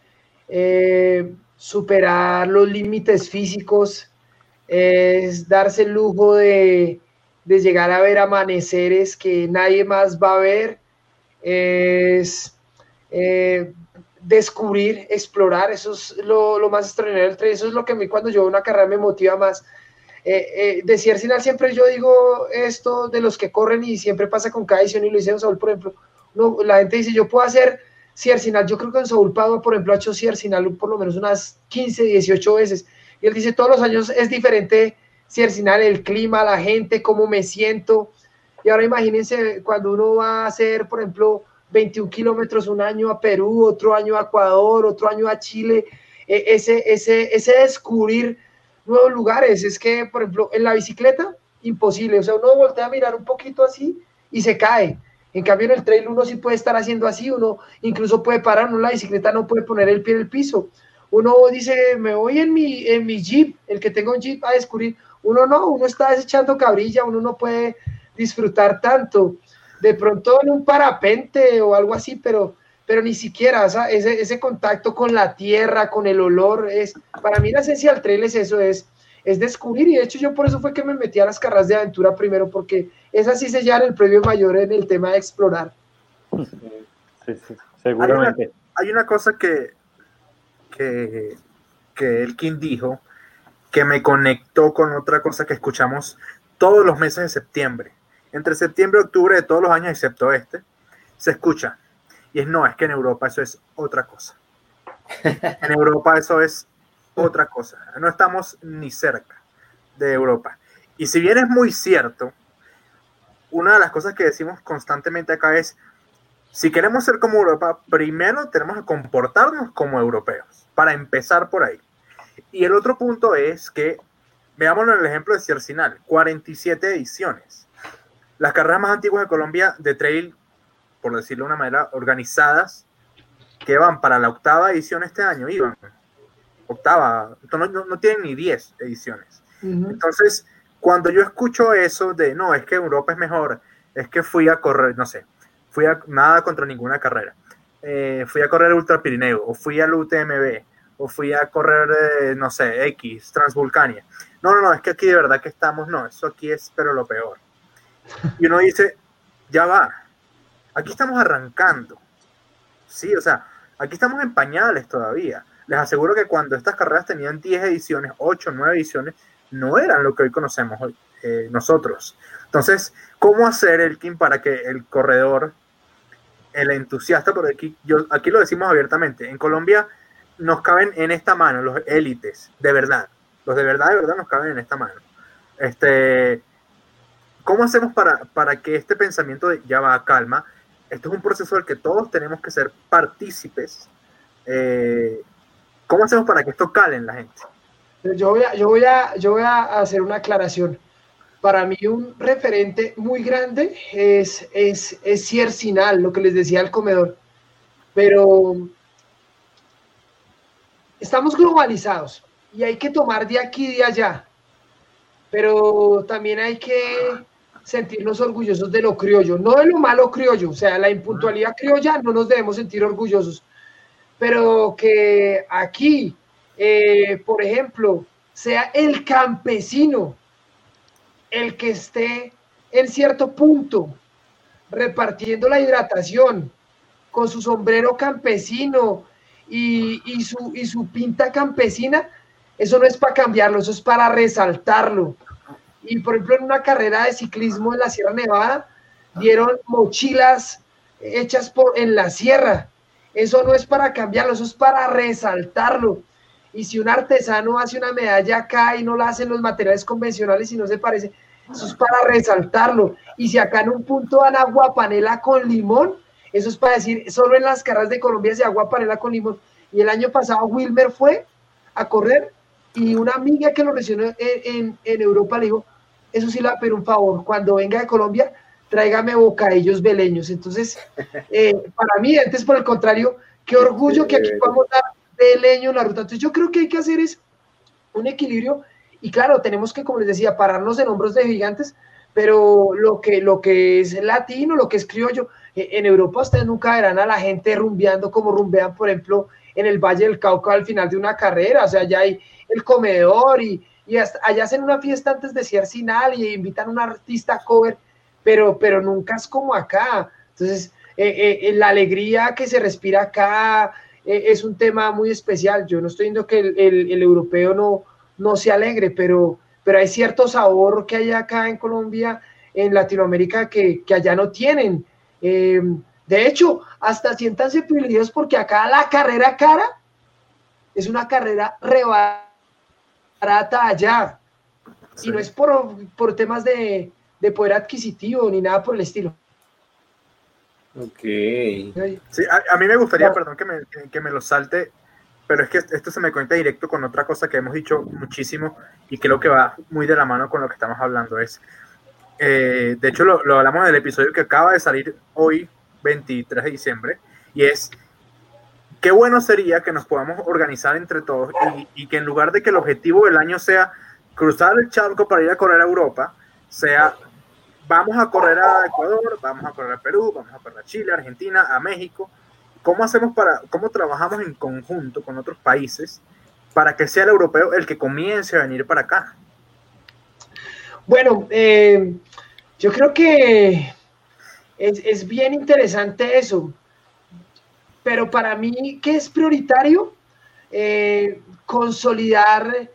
superar los límites físicos, es darse el lujo de llegar a ver amaneceres que nadie más va a ver, es descubrir, explorar, eso es lo más extraordinario del trail, eso es lo que a mí cuando yo veo una carrera me motiva más. De Ciercinal siempre yo digo esto de los que corren y siempre pasa con cada edición y lo dice en Saúl, por ejemplo, la gente dice yo puedo hacer Ciercinal, yo creo que en Saúl Padua, por ejemplo, ha hecho Ciercinal por lo menos unas 15, 18 veces y él dice todos los años es diferente Ciercinal, el clima, la gente, cómo me siento, y ahora imagínense cuando uno va a hacer, por ejemplo, 21 kilómetros un año a Perú, otro año a Ecuador, otro año a Chile, ese descubrir nuevos lugares, es que, por ejemplo, en la bicicleta, imposible, o sea, uno voltea a mirar un poquito así y se cae, en cambio en el trail uno sí puede estar haciendo así, uno incluso puede parar, uno en la bicicleta no puede poner el pie en el piso, uno dice, me voy en mi Jeep, el que tenga un Jeep a descubrir, uno no, uno está desechando cabrilla, uno no puede disfrutar tanto, de pronto en un parapente o algo así, pero pero ni siquiera ese contacto con la tierra, con el olor, para mí la esencia del trail es eso, es descubrir, y de hecho yo por eso fue que me metí a las carreras de aventura primero, porque esas sí se llevan el premio mayor en el tema de explorar. Sí, seguramente. Hay una cosa que Elkin dijo que me conectó con otra cosa que escuchamos todos los meses de septiembre. Entre septiembre y octubre de todos los años, excepto se escucha. Y es que en Europa eso es otra cosa. En Europa eso es otra cosa. No estamos ni cerca de Europa. Y si bien es muy cierto, una de las cosas que decimos constantemente acá es, si queremos ser como Europa, primero tenemos que comportarnos como europeos, para empezar por ahí. Y el otro punto es que, veámoslo en el ejemplo de Ciercinal, 47 ediciones. Las carreras más antiguas de Colombia de trail, por decirlo de una manera, organizadas, que van para la 8ª edición este año, iban. 8ª, no tienen ni 10 ediciones. Uh-huh. Entonces, cuando yo escucho eso de, no, es que Europa es mejor, es que fui a correr, no sé, nada contra ninguna carrera, fui a correr Ultra Pirineo, o fui al UTMB, o fui a correr, no sé, Transvulcania. No, es que aquí de verdad que estamos, eso aquí es, pero lo peor. Y uno dice, ya va, aquí estamos arrancando, sí, o sea, aquí estamos en pañales todavía. Les aseguro que cuando estas carreras tenían 10 ediciones, 8, 9 ediciones, no eran lo que hoy conocemos hoy, nosotros. Entonces, ¿cómo hacer, Elkin, para que el corredor, el entusiasta, porque aquí lo decimos abiertamente, en Colombia nos caben en esta mano los élites, de verdad. Los de verdad nos caben en esta mano. ¿Cómo hacemos para que este pensamiento de ya va, calma? Esto es un proceso del que todos tenemos que ser partícipes. ¿Cómo hacemos para que esto cale en la gente? Yo voy a hacer una aclaración. Para mí un referente muy grande es Ciercinal, lo que les decía el comedor. Pero estamos globalizados y hay que tomar de aquí y de allá. Pero también hay que sentirnos orgullosos de lo criollo, no de lo malo criollo, o sea, la impuntualidad criolla no nos debemos sentir orgullosos, pero que aquí, por ejemplo, sea el campesino el que esté en cierto punto repartiendo la hidratación con su sombrero campesino y su pinta campesina, eso no es para cambiarlo, eso es para resaltarlo. Y por ejemplo, en una carrera de ciclismo en la Sierra Nevada, dieron mochilas hechas en la sierra. Eso no es para cambiarlo, eso es para resaltarlo. Y si un artesano hace una medalla acá y no la hacen los materiales convencionales y no se parece, eso es para resaltarlo. Y si acá en un punto dan agua panela con limón, eso es para decir, solo en las carreras de Colombia se agua panela con limón. Y el año pasado Wilmer fue a correr y una amiga que lo recibió en Europa le dijo, eso sí le va a pedir un favor, cuando venga de Colombia, tráigame bocadillos beleños. Entonces, para mí, antes por el contrario, qué orgullo que aquí podamos dar beleño en la ruta. Entonces yo creo que hay que hacer es un equilibrio y claro, tenemos que, como les decía, pararnos en hombros de gigantes, pero lo que es latino, lo que es criollo, en Europa ustedes nunca verán a la gente rumbeando como rumbean, por ejemplo, en el Valle del Cauca al final de una carrera, o sea, ya hay el comedor y hasta allá hacen una fiesta antes de Ciercinal y invitan a un artista cover, pero nunca es como acá. Entonces, la alegría que se respira acá es un tema muy especial. Yo no estoy diciendo que el europeo no se alegre, pero hay cierto sabor que hay acá en Colombia, en Latinoamérica, que allá no tienen. De hecho, hasta siéntanse privilegiados porque acá la carrera cara es una carrera barata allá. Sí. Y no es por temas de poder adquisitivo ni nada por el estilo. Ok. Sí, a mí me gustaría, perdón, que me lo salte, pero es que esto se me cuenta directo con otra cosa que hemos dicho muchísimo y creo que va muy de la mano con lo que estamos hablando. De hecho, lo hablamos en el episodio que acaba de salir hoy, 23 de diciembre, y es qué bueno sería que nos podamos organizar entre todos y que en lugar de que el objetivo del año sea cruzar el charco para ir a correr a Europa, sea vamos a correr a Ecuador, vamos a correr a Perú, vamos a correr a Chile, Argentina, a México, ¿cómo trabajamos en conjunto con otros países para que sea el europeo el que comience a venir para acá? Bueno, yo creo que es bien interesante eso, pero para mí, ¿qué es prioritario? Consolidar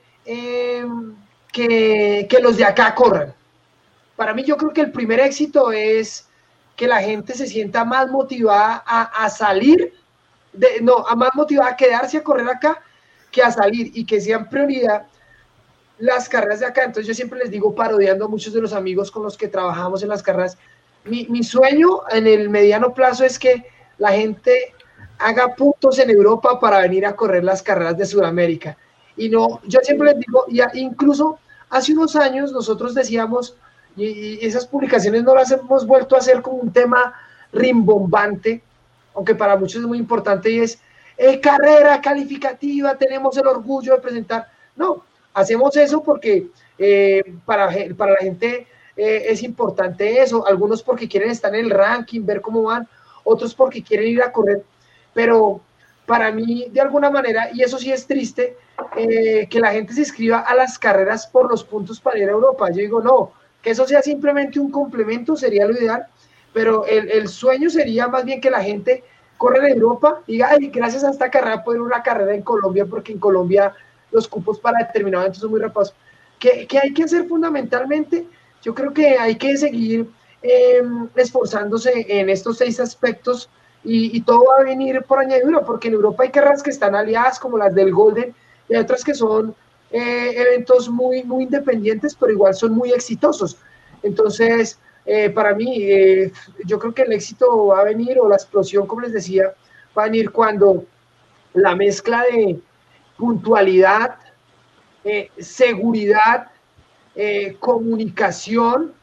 que los de acá corran. Para mí, yo creo que el primer éxito es que la gente se sienta más motivada a salir, más motivada a quedarse a correr acá que a salir, y que sean prioridad las carreras de acá. Entonces yo siempre les digo, parodiando a muchos de los amigos con los que trabajamos en las carreras, mi sueño en el mediano plazo es que la gente haga puntos en Europa para venir a correr las carreras de Sudamérica. Y no, yo siempre les digo, incluso hace unos años nosotros decíamos, y esas publicaciones no las hemos vuelto a hacer como un tema rimbombante, aunque para muchos es muy importante, y es carrera calificativa, tenemos el orgullo de presentar. No, hacemos eso porque para la gente es importante eso, algunos porque quieren estar en el ranking, ver cómo van, otros porque quieren ir a correr, pero para mí de alguna manera, y eso sí es triste, que la gente se inscriba a las carreras por los puntos para ir a Europa. Yo digo, no, que eso sea simplemente un complemento sería lo ideal, pero el sueño sería más bien que la gente corre en Europa y diga, ay, gracias a esta carrera puedo ir a una carrera en Colombia, porque en Colombia los cupos para determinados eventos son muy rapados. ¿Qué hay que hacer fundamentalmente? Yo creo que hay que seguir esforzándose en estos 6 aspectos, y todo va a venir por añadidura, porque en Europa hay carreras que están aliadas, como las del Golden, y hay otras que son eventos muy, muy independientes, pero igual son muy exitosos. Entonces, para mí, yo creo que el éxito va a venir, o la explosión, como les decía, va a venir cuando la mezcla de puntualidad, seguridad, comunicación,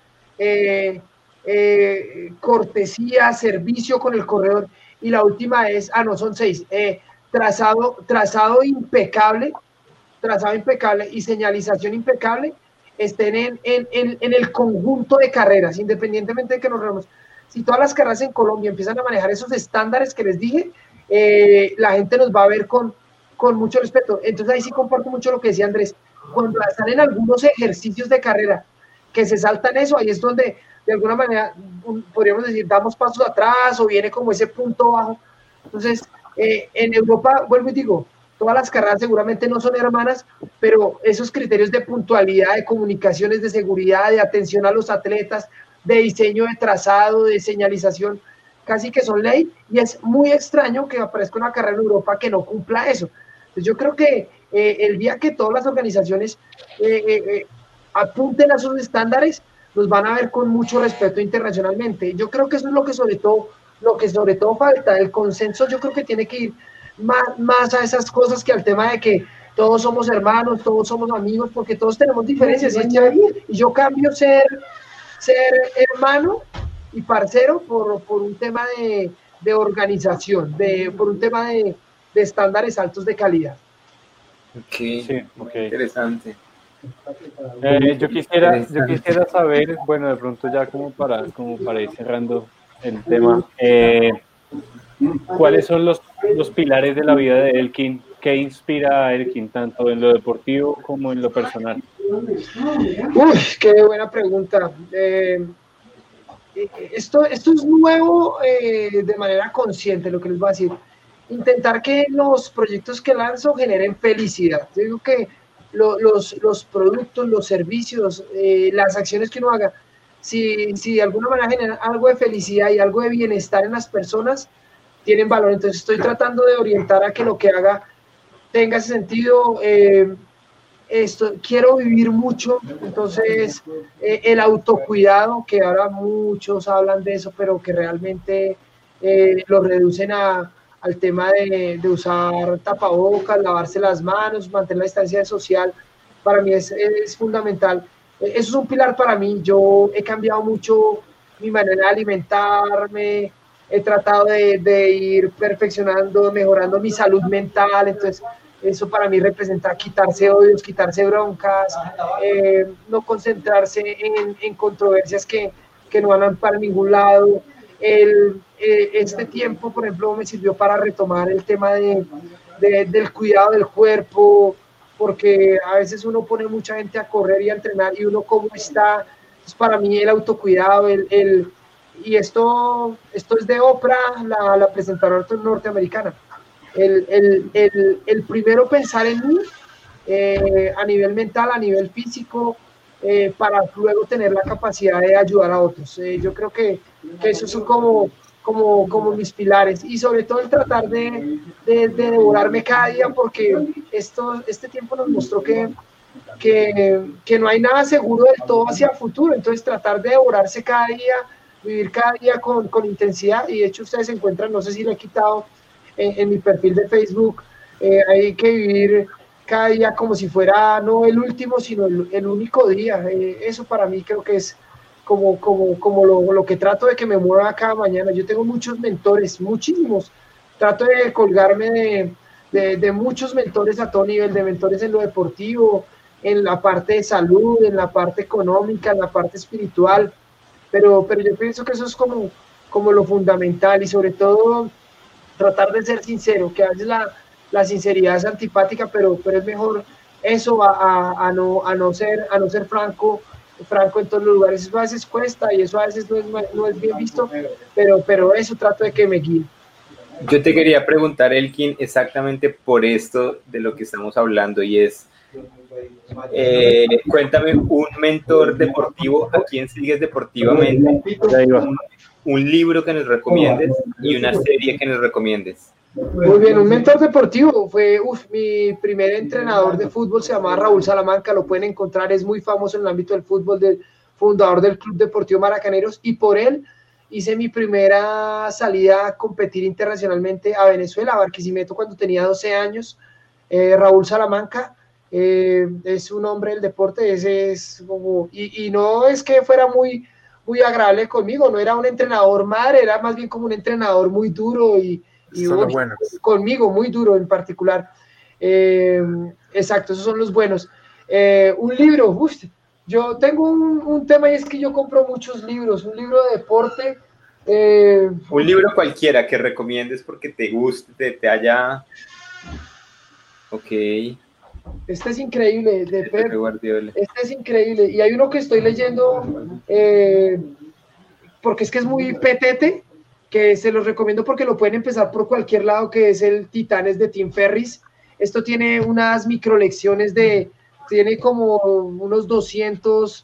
cortesía, servicio con el corredor, y la última es, no, son 6, trazado impecable y señalización impecable, estén en el conjunto de carreras, independientemente de que nos reunamos. Si todas las carreras en Colombia empiezan a manejar esos estándares que les dije, la gente nos va a ver con mucho respeto. Entonces ahí sí comparto mucho lo que decía Andrés. Cuando están en algunos ejercicios de carrera que se saltan eso, ahí es donde de alguna manera podríamos decir, damos pasos atrás, o viene como ese punto bajo. Entonces, en Europa, vuelvo y digo, todas las carreras seguramente no son hermanas, pero esos criterios de puntualidad, de comunicaciones, de seguridad, de atención a los atletas, de diseño de trazado, de señalización, casi que son ley, y es muy extraño que aparezca una carrera en Europa que no cumpla eso. Entonces yo creo que el día que todas las organizaciones apunten a sus estándares, los van a ver con mucho respeto internacionalmente. Yo creo que eso es lo que sobre todo falta. El consenso yo creo que tiene que ir más a esas cosas que al tema de que todos somos hermanos, todos somos amigos, porque todos tenemos diferencias, y yo cambio ser hermano y parcero por un tema de organización, por un tema de estándares altos de calidad. Sí, okay. Interesante. Yo quisiera saber, bueno, de pronto ya como para ir cerrando el tema, ¿cuáles son los pilares de la vida de Elkin? ¿Qué inspira a Elkin, tanto en lo deportivo como en lo personal? Uy, qué buena pregunta. Esto es nuevo de manera consciente, lo que les voy a decir. Intentar que los proyectos que lanzo generen felicidad. Yo digo que los productos, los servicios, las acciones que uno haga, si de alguna manera generan algo de felicidad y algo de bienestar en las personas, tienen valor. Entonces estoy tratando de orientar a que lo que haga tenga ese sentido. Quiero vivir mucho, entonces el autocuidado, que ahora muchos hablan de eso, pero que realmente lo reducen al tema de usar tapabocas, lavarse las manos, mantener la distancia social, para mí es fundamental. Eso es un pilar para mí. Yo he cambiado mucho mi manera de alimentarme, he tratado de ir perfeccionando, mejorando mi salud mental, entonces eso para mí representa quitarse odios, quitarse broncas, no concentrarse en controversias que no van para ningún lado, este tiempo, por ejemplo, me sirvió para retomar el tema del cuidado del cuerpo, porque a veces uno pone mucha gente a correr y a entrenar y uno cómo está. Entonces, para mí el autocuidado, y esto es de Oprah, la presentadora norteamericana. El primero pensar en mí a nivel mental, a nivel físico, para luego tener la capacidad de ayudar a otros. Yo creo que esos son como mis pilares, y sobre todo el tratar de devorarme cada día, porque este tiempo nos mostró que no hay nada seguro del todo hacia el futuro. Entonces tratar de devorarse cada día, vivir cada día con intensidad. Y de hecho ustedes se encuentran, no sé si le he quitado en mi perfil de Facebook, hay que vivir cada día como si fuera no el último, sino el único día. Eso para mí creo que es como lo que trato de que me mueva cada mañana. Yo tengo muchos mentores, muchísimos. Trato de colgarme de muchos mentores a todo nivel, de mentores en lo deportivo, en la parte de salud, en la parte económica, en la parte espiritual. Pero yo pienso que eso es como lo fundamental, y sobre todo tratar de ser sincero, que a veces la sinceridad es antipática, pero es mejor eso a no ser franco en todos los lugares. Eso a veces cuesta y eso a veces no es bien visto, pero eso trato de que me guíe. Yo te quería preguntar, Elkin, exactamente por esto de lo que estamos hablando, y es, cuéntame un mentor deportivo, a quién sigues deportivamente, un libro que nos recomiendes y una serie que nos recomiendes. Muy bien, un mentor deportivo fue mi primer entrenador de fútbol, se llama Raúl Salamanca, lo pueden encontrar, es muy famoso en el ámbito del fútbol, fundador del Club Deportivo Maracaneros, y por él hice mi primera salida a competir internacionalmente a Venezuela, a Barquisimeto, cuando tenía 12 años. Raúl Salamanca es un hombre del deporte, ese es como, y no es que fuera muy agradable conmigo, no era un entrenador madre, era más bien como un entrenador muy duro y conmigo muy duro en particular. Exacto, esos son los buenos. Un libro, yo tengo un tema, y es que yo compro muchos libros, un libro de deporte. Un libro cualquiera que recomiendes porque te guste, te haya... Ok. Este es increíble, de Pep. Este es increíble. Y hay uno que estoy leyendo, porque es que es muy petete, que se los recomiendo porque lo pueden empezar por cualquier lado, que es el Titanes de Tim Ferriss. Esto tiene unas microlecciones tiene como unos 200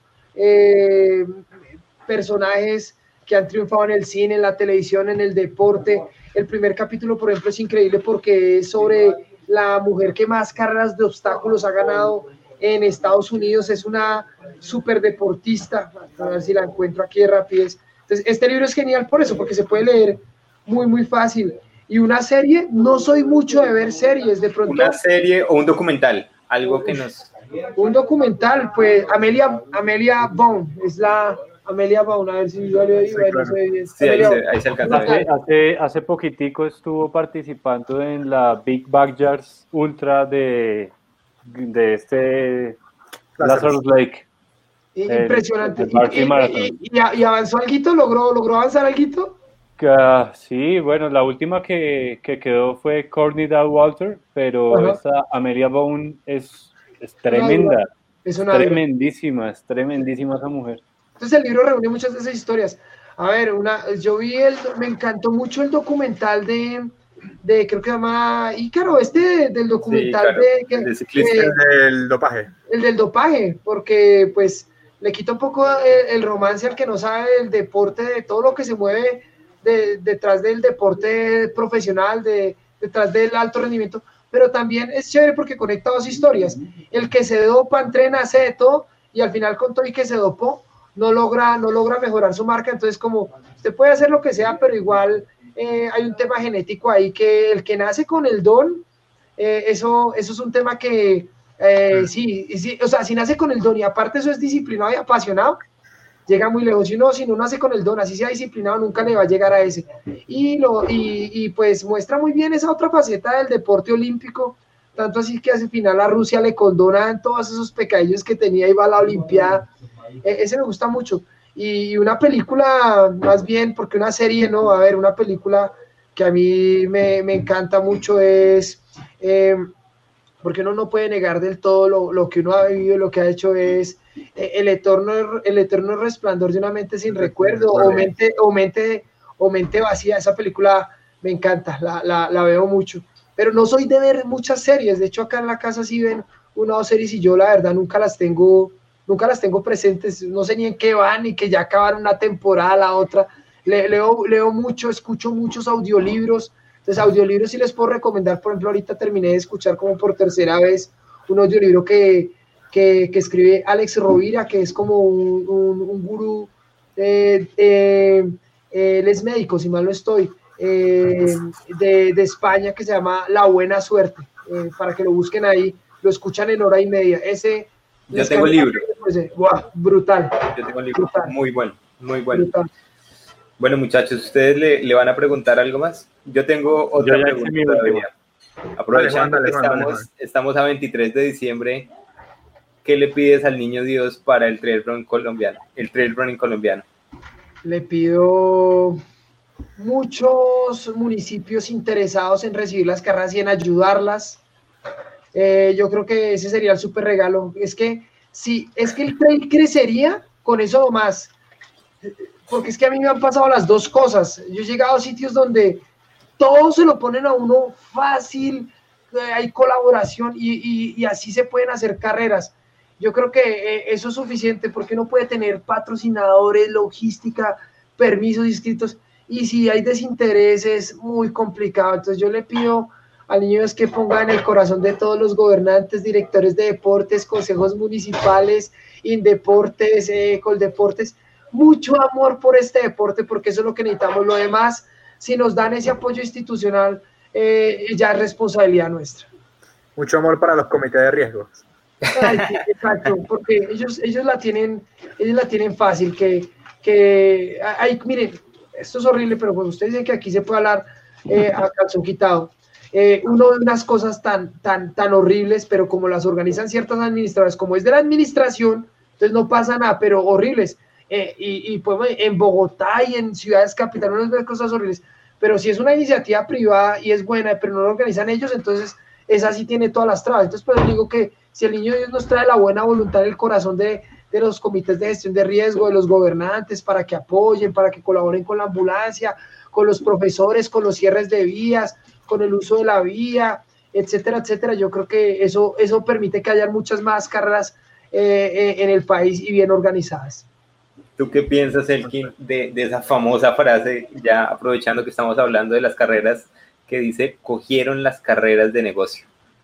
personajes que han triunfado en el cine, en la televisión, en el deporte. El primer capítulo, por ejemplo, es increíble porque es sobre la mujer que más carreras de obstáculos ha ganado en Estados Unidos. Es una súper deportista. A ver si la encuentro aquí de rapidez. Entonces, este libro es genial por eso, porque se puede leer muy, muy fácil. Y una serie, no soy mucho de ver series, de pronto. ¿Una serie o un documental? Algo que nos... Un documental, pues, Amelia Bone, es la... Amelia Bone, a ver si yo le digo, claro. Ahí se alcanza. Hace poquitico estuvo participando en la Big Backyards Ultra de Lazarus Lake. Impresionante. ¿Y avanzó algo? ¿Logró avanzar algo? Sí, bueno, la última que quedó fue Courtney Walter, pero esta Amelia Bone es tremenda. Es tremendísima esa mujer. Entonces el libro reúne muchas de esas historias. A ver, me encantó mucho el documental de creo que se llama Ícaro, del documental del dopaje. El del dopaje, porque pues le quita un poco el romance al que no sabe del deporte, de todo lo que se mueve detrás del deporte profesional, detrás del alto rendimiento, pero también es chévere porque conecta dos historias. El que se dopa, entrena, hace de todo, y al final con todo y que se dopó, no logra mejorar su marca. Entonces, como usted puede hacer lo que sea, pero igual hay un tema genético ahí, que el que nace con el don, eso es un tema que sí, o sea, si nace con el don y aparte eso es disciplinado y apasionado, llega muy lejos. Si no nace con el don, así sea disciplinado, nunca le va a llegar a ese. Y pues muestra muy bien esa otra faceta del deporte olímpico, tanto así que al final a Rusia le condonan todos esos pecadillos que tenía y va a la Olimpiada. Ese me gusta mucho. Y una película, más bien, porque una serie, no, a ver, una película que a mí me encanta mucho es, porque uno no puede negar del todo lo que uno ha vivido, lo que ha hecho es el eterno resplandor de una mente sin recuerdo, o mente vacía. Esa película me encanta, la veo mucho, pero no soy de ver muchas series. De hecho, acá en la casa sí ven una o dos series y yo la verdad nunca las tengo presentes, no sé ni en qué van, ni que ya acabaron una temporada, la otra. Leo mucho, escucho muchos audiolibros. Entonces, audiolibros sí les puedo recomendar. Por ejemplo, ahorita terminé de escuchar como por tercera vez un audiolibro que escribe Alex Rovira, que es como un gurú, él es médico, si mal no estoy, de España, que se llama La Buena Suerte, para que lo busquen ahí, lo escuchan en hora y media. Yo tengo el libro. Wow, brutal. Yo tengo el libro, brutal. Muy bueno. Brutal. Bueno, muchachos, ¿ustedes le van a preguntar algo más? Yo tengo otra pregunta todavía. Aprovechando que estamos a 23 de diciembre, ¿qué le pides al niño Dios para el trail running colombiano? Le pido muchos municipios interesados en recibir las carreras y en ayudarlas. Yo creo que ese sería el súper regalo. Es que el trail crecería con eso nomás. Porque es que a mí me han pasado las dos cosas. Yo he llegado a sitios donde todo se lo ponen a uno fácil, hay colaboración y así se pueden hacer carreras. Yo creo que eso es suficiente, porque uno puede tener patrocinadores, logística, permisos inscritos, y si hay desinterés es muy complicado. Entonces yo le pido al niño es que ponga en el corazón de todos los gobernantes, directores de deportes, consejos municipales, Indeportes, Coldeportes, mucho amor por este deporte, porque eso es lo que necesitamos. Lo demás, si nos dan ese apoyo institucional, ya es responsabilidad nuestra. Mucho amor para los comités de riesgos. Ay, sí, exacto, porque ellos la tienen fácil, miren, esto es horrible, pero pues ustedes dicen que aquí se puede hablar a calzón quitado. Uno ve unas cosas tan horribles, pero como las organizan ciertas administradoras, como es de la administración, entonces no pasa nada, pero horribles. Y pues en Bogotá y en ciudades capitales uno ve cosas horribles, pero si es una iniciativa privada y es buena, pero no lo organizan ellos, entonces esa sí tiene todas las trabas. Entonces pues digo que si el niño Dios nos trae la buena voluntad en el corazón de los comités de gestión de riesgo, de los gobernantes, para que apoyen, para que colaboren con la ambulancia, con los profesores, con los cierres de vías, con el uso de la vía, etcétera, etcétera. Yo creo que eso permite que haya muchas más carreras en el país y bien organizadas. ¿Tú qué piensas, Elkin, de esa famosa frase, ya aprovechando que estamos hablando de las carreras, que dice, cogieron las carreras de negocio?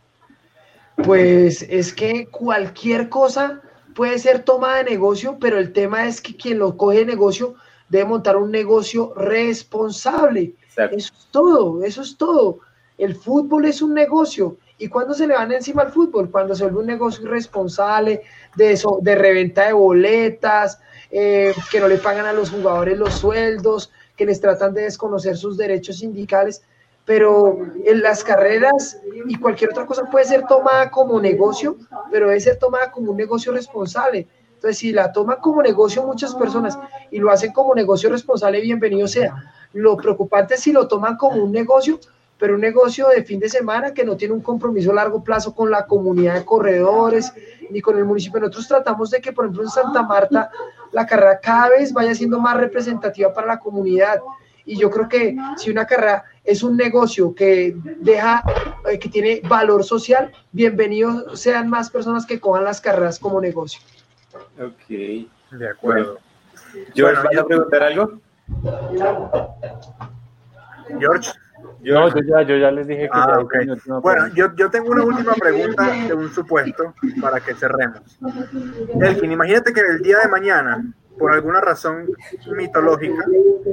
Pues es que cualquier cosa puede ser tomada de negocio, pero el tema es que quien lo coge de negocio debe montar un negocio responsable. Exacto. Eso es todo. El fútbol es un negocio. ¿Y cuándo se le van encima al fútbol? Cuando se vuelve un negocio irresponsable, de reventa de boletas, que no le pagan a los jugadores los sueldos, que les tratan de desconocer sus derechos sindicales. Pero en las carreras y cualquier otra cosa puede ser tomada como negocio, pero debe ser tomada como un negocio responsable. Entonces, si la toman como negocio muchas personas y lo hacen como negocio responsable, bienvenido sea. Lo preocupante es si lo toman como un negocio, pero un negocio de fin de semana que no tiene un compromiso a largo plazo con la comunidad de corredores ni con el municipio. Nosotros tratamos de que, por ejemplo, en Santa Marta, la carrera cada vez vaya siendo más representativa para la comunidad. Y yo creo que si una carrera es un negocio que que tiene valor social, bienvenidos sean más personas que cojan las carreras como negocio. Ok. De acuerdo. George, ¿vas a preguntar algo? George. No, yo ya les dije que okay. Bueno, yo tengo una última pregunta de un supuesto para que cerremos. Elkin, imagínate que el día de mañana, por alguna razón mitológica,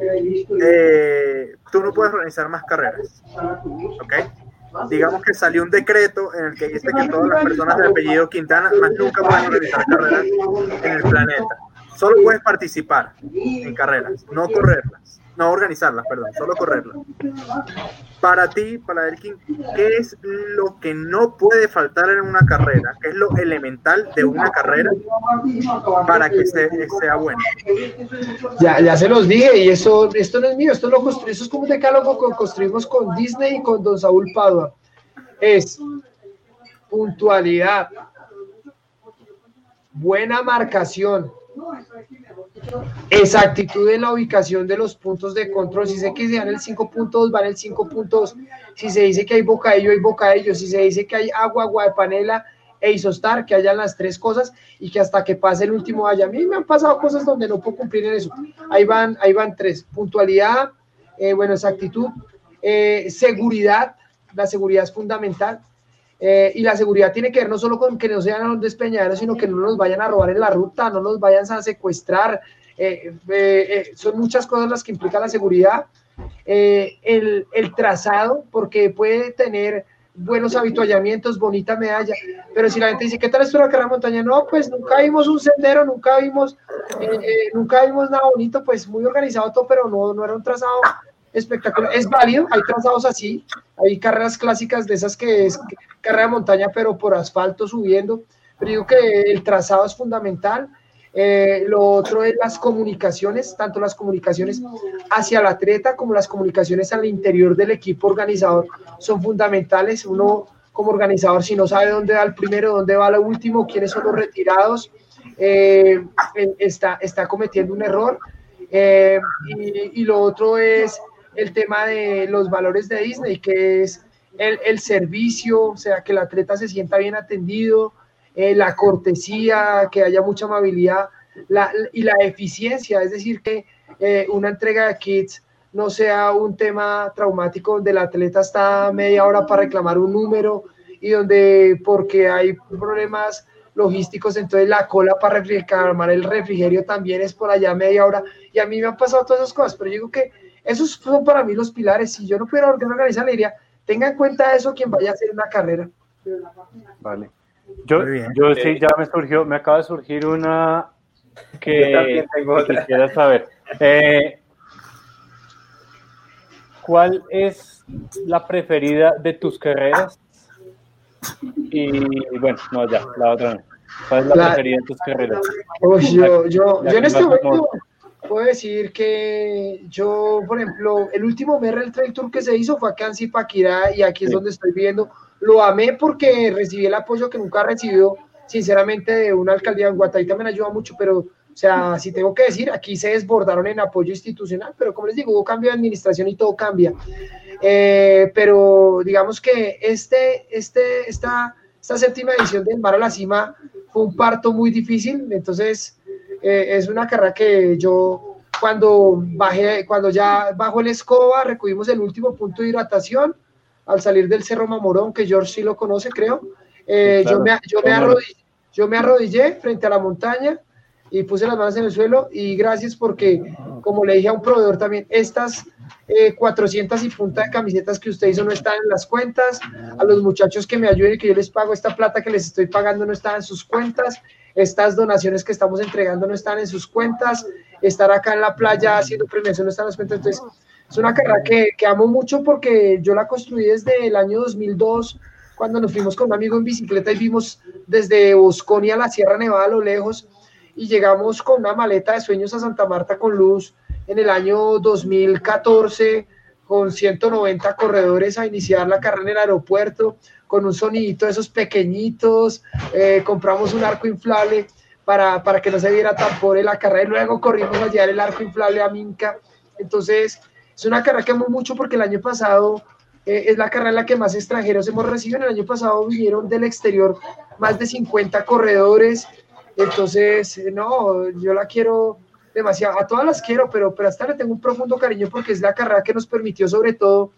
tú no puedes organizar más carreras, ¿ok? Digamos que salió un decreto en el que dice que todas las personas del apellido Quintana más nunca pueden organizar carreras en el planeta. Solo puedes participar en carreras, no correrlas, no organizarlas, perdón, solo correrlas. Para ti, para Elkin, ¿qué es lo que no puede faltar en una carrera? ¿Qué es lo elemental de una carrera para que sea buena? Ya se los dije, y esto no es mío, esto es como un decálogo que construimos con Disney y con Don Saúl Padua. Es puntualidad, buena marcación, exactitud en la ubicación de los puntos de control. Si sé que se dan el 5 puntos, van el 5 puntos. Si se dice que hay bocadillo, hay bocadillo. Si se dice que hay agua de panela e isostar, que hayan las tres cosas y que hasta que pase el último haya. A mí me han pasado cosas donde no puedo cumplir en eso. Ahí van tres. Puntualidad, exactitud, seguridad. La seguridad es fundamental. Y la seguridad tiene que ver no solo con que no sean un despeñadero, sino que no nos vayan a robar en la ruta, no nos vayan a secuestrar. Son muchas cosas las que implica la seguridad. El trazado, porque puede tener buenos habituallamientos, bonita medalla, pero si la gente dice, ¿qué tal esto de la carrera de montaña? No, pues nunca vimos un sendero, nunca vimos nada bonito, pues muy organizado todo, pero no era un trazado espectacular. Es válido, hay trazados así, hay carreras clásicas de esas que es carrera de montaña, pero por asfalto subiendo, pero digo que el trazado es fundamental. Lo otro es las comunicaciones, tanto las comunicaciones hacia el atleta como las comunicaciones al interior del equipo organizador son fundamentales. Uno como organizador, si no sabe dónde va el primero, dónde va el último, quiénes son los retirados, está cometiendo un error. Y lo otro es el tema de los valores de Disney, que es el servicio, o sea, que el atleta se sienta bien atendido, la cortesía, que haya mucha amabilidad y la eficiencia, es decir, que una entrega de kits no sea un tema traumático donde el atleta está media hora para reclamar un número y donde porque hay problemas logísticos, entonces la cola para reclamar el refrigerio también es por allá media hora, y a mí me han pasado todas esas cosas, pero yo digo que esos son para mí los pilares. Si yo no pudiera organizar, le diría, tenga en cuenta eso quien vaya a hacer una carrera. Vale. Yo sí, ya me acaba de surgir una que quisiera saber. ¿Cuál es la preferida de tus carreras? Y bueno, no, ya, la otra no. ¿Cuál es la preferida de tus carreras? Yo en este momento puedo decir que yo, por ejemplo, el último Merrell Trail Tour que se hizo fue acá en Zipaquirá, y aquí es donde estoy viviendo. Lo amé porque recibí el apoyo que nunca he recibido, sinceramente, de una alcaldía. En Guataí también ayuda mucho, pero, o sea, si tengo que decir, aquí se desbordaron en apoyo institucional, pero como les digo, hubo cambio de administración y todo cambia. Pero digamos que esta séptima edición del Mar a la Cima fue un parto muy difícil, entonces es una carrera que yo cuando ya bajo la escoba recogimos el último punto de hidratación al salir del Cerro Mamorón, que George sí lo conoce, creo. Claro, yo me arrodillé frente a la montaña y puse las manos en el suelo, y gracias porque, como le dije a un proveedor también, estas 400 y punta de camisetas que usted hizo no están en las cuentas, a los muchachos que me ayuden y que yo les pago esta plata que les estoy pagando no están en sus cuentas, estas donaciones que estamos entregando no están en sus cuentas, estar acá en la playa haciendo premiación no están en las cuentas. Entonces es una carrera que amo mucho porque yo la construí desde el año 2002, cuando nos fuimos con un amigo en bicicleta y vimos desde Bosconia a la Sierra Nevada a lo lejos, y llegamos con una maleta de sueños a Santa Marta con luz en el año 2014 con 190 corredores a iniciar la carrera en el aeropuerto, con un sonidito de esos pequeñitos. Compramos un arco inflable para que no se viera tan pobre la carrera, y luego corrimos a llevar el arco inflable a Minca. Entonces es una carrera que amo mucho porque el año pasado es la carrera en la que más extranjeros hemos recibido. El año pasado vinieron del exterior más de 50 corredores. Entonces, no, yo la quiero demasiado, a todas las quiero, pero a esta le tengo un profundo cariño porque es la carrera que nos permitió, sobre todo,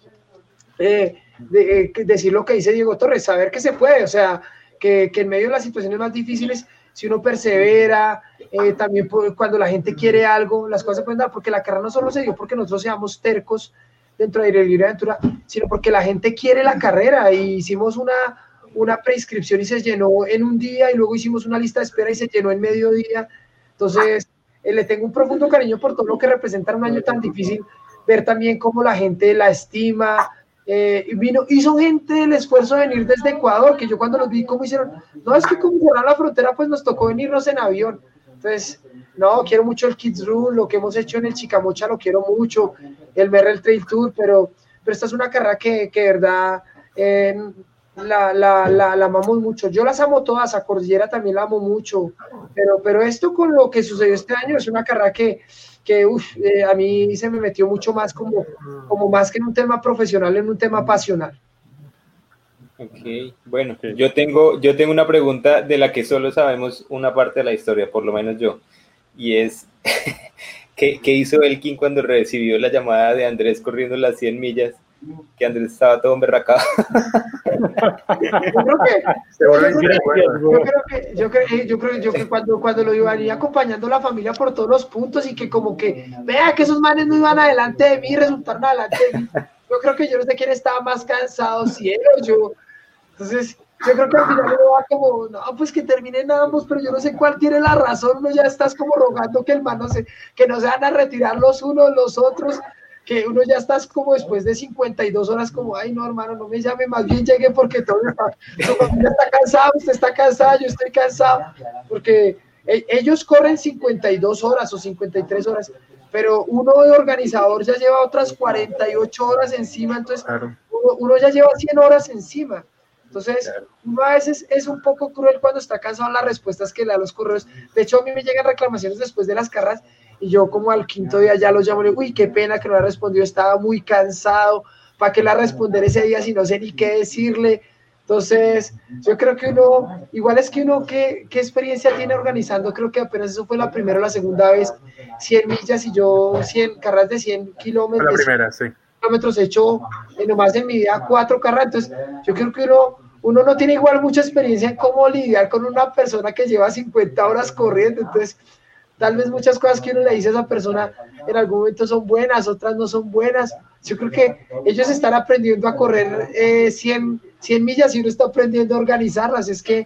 decir lo que dice Diego Torres, saber que se puede, o sea, que en medio de las situaciones más difíciles, si uno persevera, también cuando la gente quiere algo, las cosas se pueden dar, porque la carrera no solo se dio porque nosotros seamos tercos dentro de Libre Aventura, sino porque la gente quiere la carrera, y hicimos una preinscripción y se llenó en un día, y luego hicimos una lista de espera y se llenó en mediodía. Entonces le tengo un profundo cariño por todo lo que representa un año tan difícil, ver también cómo la gente la estima, hizo gente el esfuerzo de venir desde Ecuador, que yo cuando los vi cómo hicieron, no, es que como cerraron la frontera, pues nos tocó venirnos en avión. Entonces, no, quiero mucho el Kids Room, lo que hemos hecho en el Chicamocha lo quiero mucho, el Merrell Trail Tour, pero esta es una carrera que de verdad la amamos mucho. Yo las amo todas, a Cordillera también la amo mucho, pero esto con lo que sucedió este año es una carrera que a mí se me metió mucho más como más que en un tema profesional, en un tema pasional. Ok, bueno, yo tengo una pregunta de la que solo sabemos una parte de la historia, por lo menos yo, y es ¿qué hizo Elkin cuando recibió la llamada de Andrés corriendo las 100 millas? Que Andrés estaba todo emberracado. Yo creo que cuando lo iban acompañando la familia por todos los puntos y que como que vea que esos manes no iban adelante de mí, resultaron adelante de mí. Yo creo que yo no sé quién estaba más cansado, si él o yo. Entonces, yo creo que al final uno va como, no, pues que terminen ambos, pero yo no sé cuál tiene la razón, uno ya estás como rogando que el man que no se van a retirar los unos, los otros, que uno ya estás como después de 52 horas como, ay no hermano, no me llame, más bien llegue porque todo su familia está cansada, usted está cansado, yo estoy cansado, porque ellos corren 52 horas o 53 horas, pero uno de organizador ya lleva otras 48 horas encima, entonces uno ya lleva 100 horas encima. Entonces, uno a veces es un poco cruel cuando está cansado en las respuestas que le da los correos. De hecho, a mí me llegan reclamaciones después de las carreras y yo como al quinto día ya los llamo y digo, uy, qué pena que no ha respondido, estaba muy cansado, ¿para qué la responder ese día si no sé ni qué decirle? Entonces, yo creo que uno, igual es que uno, ¿qué experiencia tiene organizando? Creo que apenas eso fue la primera o la segunda vez, 100 millas y yo 100 carreras de 100 kilómetros. La primera, sí. Kilómetros he hecho nomás en mi vida 4 carreras, entonces yo creo que uno no tiene igual mucha experiencia en cómo lidiar con una persona que lleva 50 horas corriendo, entonces tal vez muchas cosas que uno le dice a esa persona en algún momento son buenas, otras no son buenas. Yo creo que ellos están aprendiendo a correr 100 millas y uno está aprendiendo a organizarlas. Es que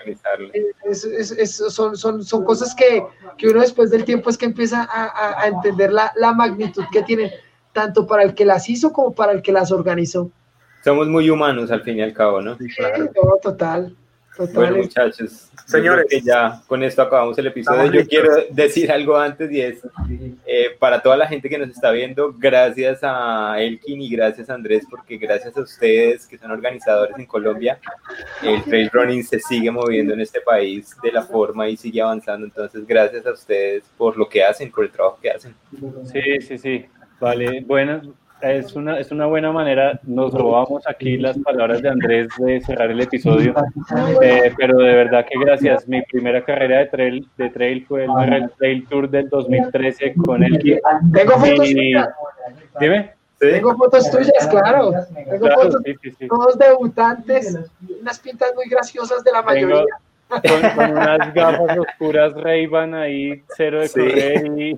son cosas que uno después del tiempo es que empieza a entender la magnitud que tienen, tanto para el que las hizo como para el que las organizó. Somos muy humanos al fin y al cabo, ¿no? Sí, claro. No, total. Bueno, muchachos, señores, que ya con esto acabamos el episodio. Yo quiero decir algo antes y es, para toda la gente que nos está viendo, gracias a Elkin y gracias a Andrés, porque gracias a ustedes que son organizadores en Colombia, el trail running se sigue moviendo en este país de la forma y sigue avanzando. Entonces, gracias a ustedes por lo que hacen, por el trabajo que hacen. Sí. Vale, bueno, es una buena manera, nos robamos aquí las palabras de Andrés de cerrar el episodio, pero de verdad que gracias. Mi primera carrera de trail fue el Merrell Trail Tour del 2013 con Elkin. Tengo fotos tuyas. Dime. ¿Sí? Tengo fotos tuyas, claro. Tengo fotos, sí. Todos debutantes, unas pintas muy graciosas de la mayoría. Con unas gafas oscuras Ray-Ban ahí, cero de correr y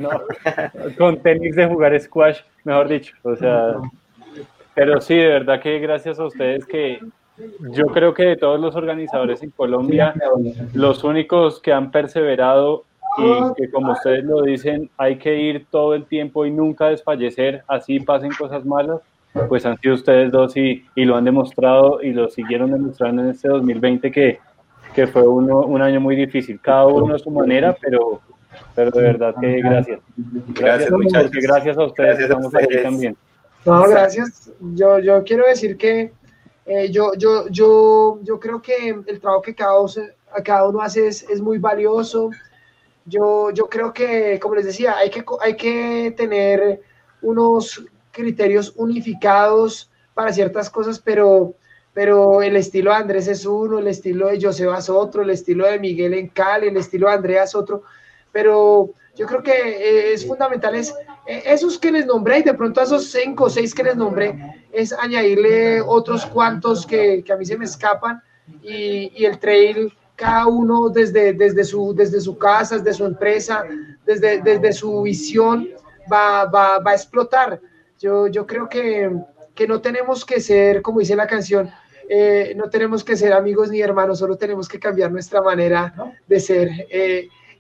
con tenis de jugar squash, mejor dicho, o sea, pero sí, de verdad que gracias a ustedes, que yo creo que de todos los organizadores en Colombia, los únicos que han perseverado y que, como ustedes lo dicen, hay que ir todo el tiempo y nunca desfallecer, así pasen cosas malas, pues han sido ustedes dos y lo han demostrado y lo siguieron demostrando en este 2020 que fue un año muy difícil, cada uno a su manera, pero de verdad que gracias muchachos, gracias a ustedes, estamos aquí también. No, gracias. Yo quiero decir que yo creo que el trabajo que cada uno hace es muy valioso. Yo creo que, como les decía, hay que tener unos criterios unificados para ciertas cosas, pero el estilo de Andrés es uno, el estilo de Joseba es otro, el estilo de Miguel en Cali, el estilo de Andrea es otro, pero yo creo que es fundamental, esos que les nombré, y de pronto a esos 5 o 6 que les nombré, es añadirle otros cuantos que a mí se me escapan, y el trail, cada uno desde su casa, desde su empresa, desde su visión, va a explotar. Yo creo que no tenemos que ser, como dice la canción, no tenemos que ser amigos ni hermanos, solo tenemos que cambiar nuestra manera de ser.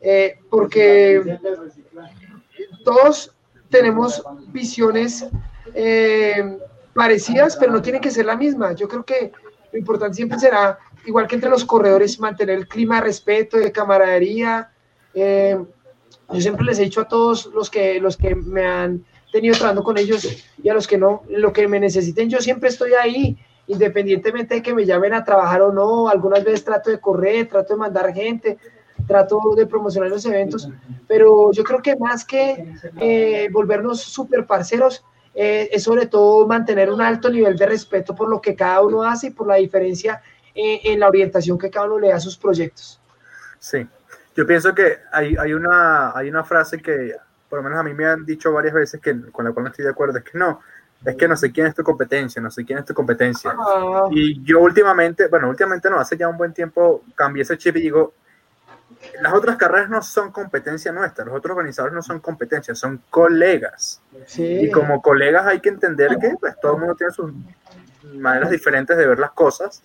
porque todos tenemos visiones parecidas, pero no tiene que ser la misma. Yo creo que lo importante siempre será, igual que entre los corredores, mantener el clima de respeto, de camaradería. Yo siempre les he dicho a todos los que me han tenido trabajando con ellos y a los que no, lo que me necesiten, yo siempre estoy ahí, independientemente de que me llamen a trabajar o no. Algunas veces trato de correr, trato de mandar gente, trato de promocionar los eventos, pero yo creo que más que volvernos súper parceros, es sobre todo mantener un alto nivel de respeto por lo que cada uno hace y por la diferencia en la orientación que cada uno le da a sus proyectos. Sí, yo pienso que hay una frase que por lo menos a mí me han dicho varias veces con la cual no estoy de acuerdo, es que no sé quién es tu competencia, no sé quién es tu competencia. Y yo últimamente no, hace ya un buen tiempo cambié ese chip y digo, las otras carreras no son competencia nuestra, los otros organizadores no son competencia, son colegas. Sí. Y como colegas hay que entender que pues, todo el mundo tiene sus maneras diferentes de ver las cosas,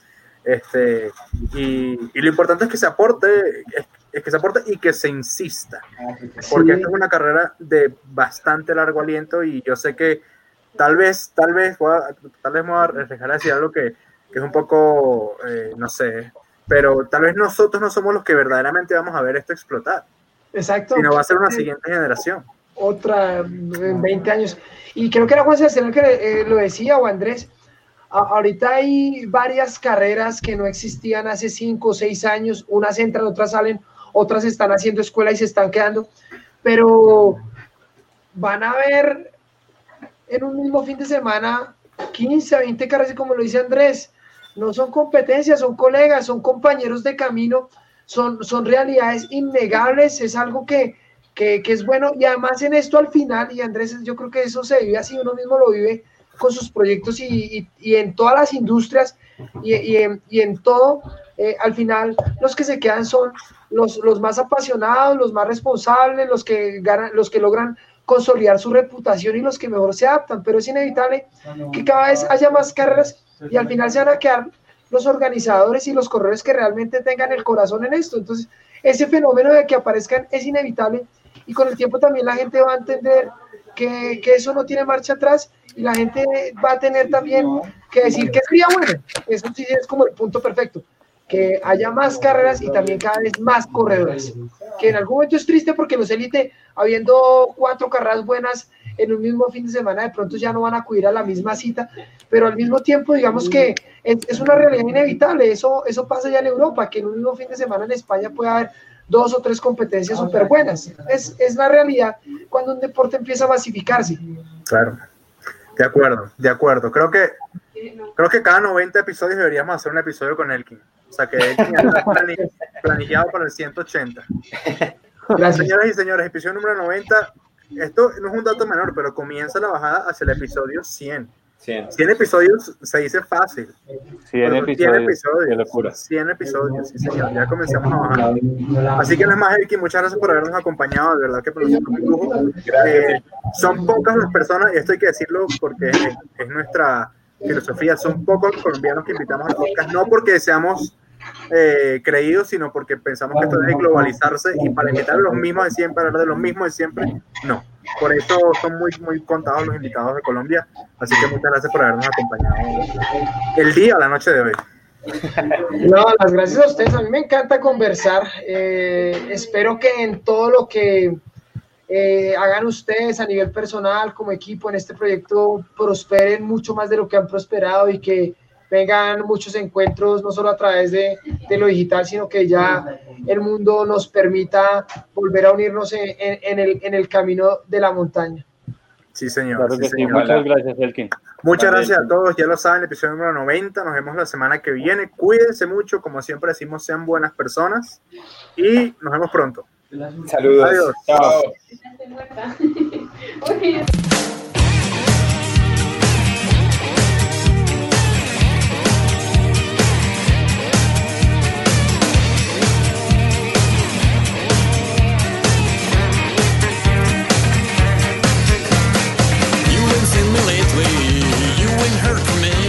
y lo importante es que se aporte, y que se insista, porque esta es una carrera de bastante largo aliento y yo sé que tal vez me voy a arriesgar a decir algo que es un poco, no sé, pero tal vez nosotros no somos los que verdaderamente vamos a ver esto explotar. Exacto. Sino va a ser una siguiente generación. Otra en 20 años. Y creo que era Juan Sebastián el que lo decía, o Andrés. Ahorita hay varias carreras que no existían hace 5 o 6 años. Unas entran, otras salen, otras están haciendo escuela y se están quedando. Pero van a haber en un mismo fin de semana 15 a 20 carreras, como lo dice Andrés. No son competencias, son colegas, son compañeros de camino, son realidades innegables, es algo que es bueno. Y además en esto al final, y Andrés, yo creo que eso se vive así, uno mismo lo vive con sus proyectos y en todas las industrias y en todo, al final los que se quedan son los más apasionados, los más responsables, los que logran consolidar su reputación y los que mejor se adaptan. Pero es inevitable que cada vez haya más carreras y al final se van a quedar los organizadores y los corredores que realmente tengan el corazón en esto. Entonces ese fenómeno de que aparezcan es inevitable, y con el tiempo también la gente va a entender que eso no tiene marcha atrás, y la gente va a tener también que decir que sería bueno. Eso sí es como el punto perfecto, que haya más carreras y también cada vez más corredores, que en algún momento es triste porque los élite, habiendo 4 carreras buenas en un mismo fin de semana, de pronto ya no van a acudir a la misma cita, pero al mismo tiempo digamos que es una realidad inevitable. Eso pasa ya en Europa, que en un mismo fin de semana en España puede haber 2 o 3 competencias súper buenas. Es la realidad cuando un deporte empieza a masificarse. Claro, de acuerdo. Creo que cada 90 episodios deberíamos hacer un episodio con Elkin. O sea, que Elkin está planillado para el 180. Gracias. Señoras y señores, episodio número 90. Esto no es un dato menor, pero comienza la bajada hacia el episodio 100. 100 episodios se dice fácil. 100 episodios. Qué locura. 100 episodios, sí señor, ya comenzamos a bajar. Así que no es más, Elkin, muchas gracias por habernos acompañado, de verdad que por nosotros es un lujo. Son pocas las personas, y esto hay que decirlo porque es nuestra filosofía, son pocos los colombianos que invitamos al podcast, no porque seamos creídos, sino porque pensamos que esto debe globalizarse, y para invitar a los mismos de siempre, hablar de los mismos de siempre, no. Por eso son muy, muy contados los invitados de Colombia, así que muchas gracias por habernos acompañado el día, la noche de hoy. No, las gracias a ustedes, a mí me encanta conversar. Espero que en todo lo que hagan ustedes a nivel personal, como equipo en este proyecto, prosperen mucho más de lo que han prosperado, y que vengan muchos encuentros, no solo a través de lo digital, sino que ya el mundo nos permita volver a unirnos en el camino de la montaña. Sí, señor. Claro que sí. Muchas gracias, Elkin. Muchas gracias a todos, ya lo saben, episodio número 90, nos vemos la semana que viene, cuídense mucho, como siempre decimos, sean buenas personas, y nos vemos pronto. Saludos. Adiós. Chao. You ain't seen me lately, you ain't heard from me.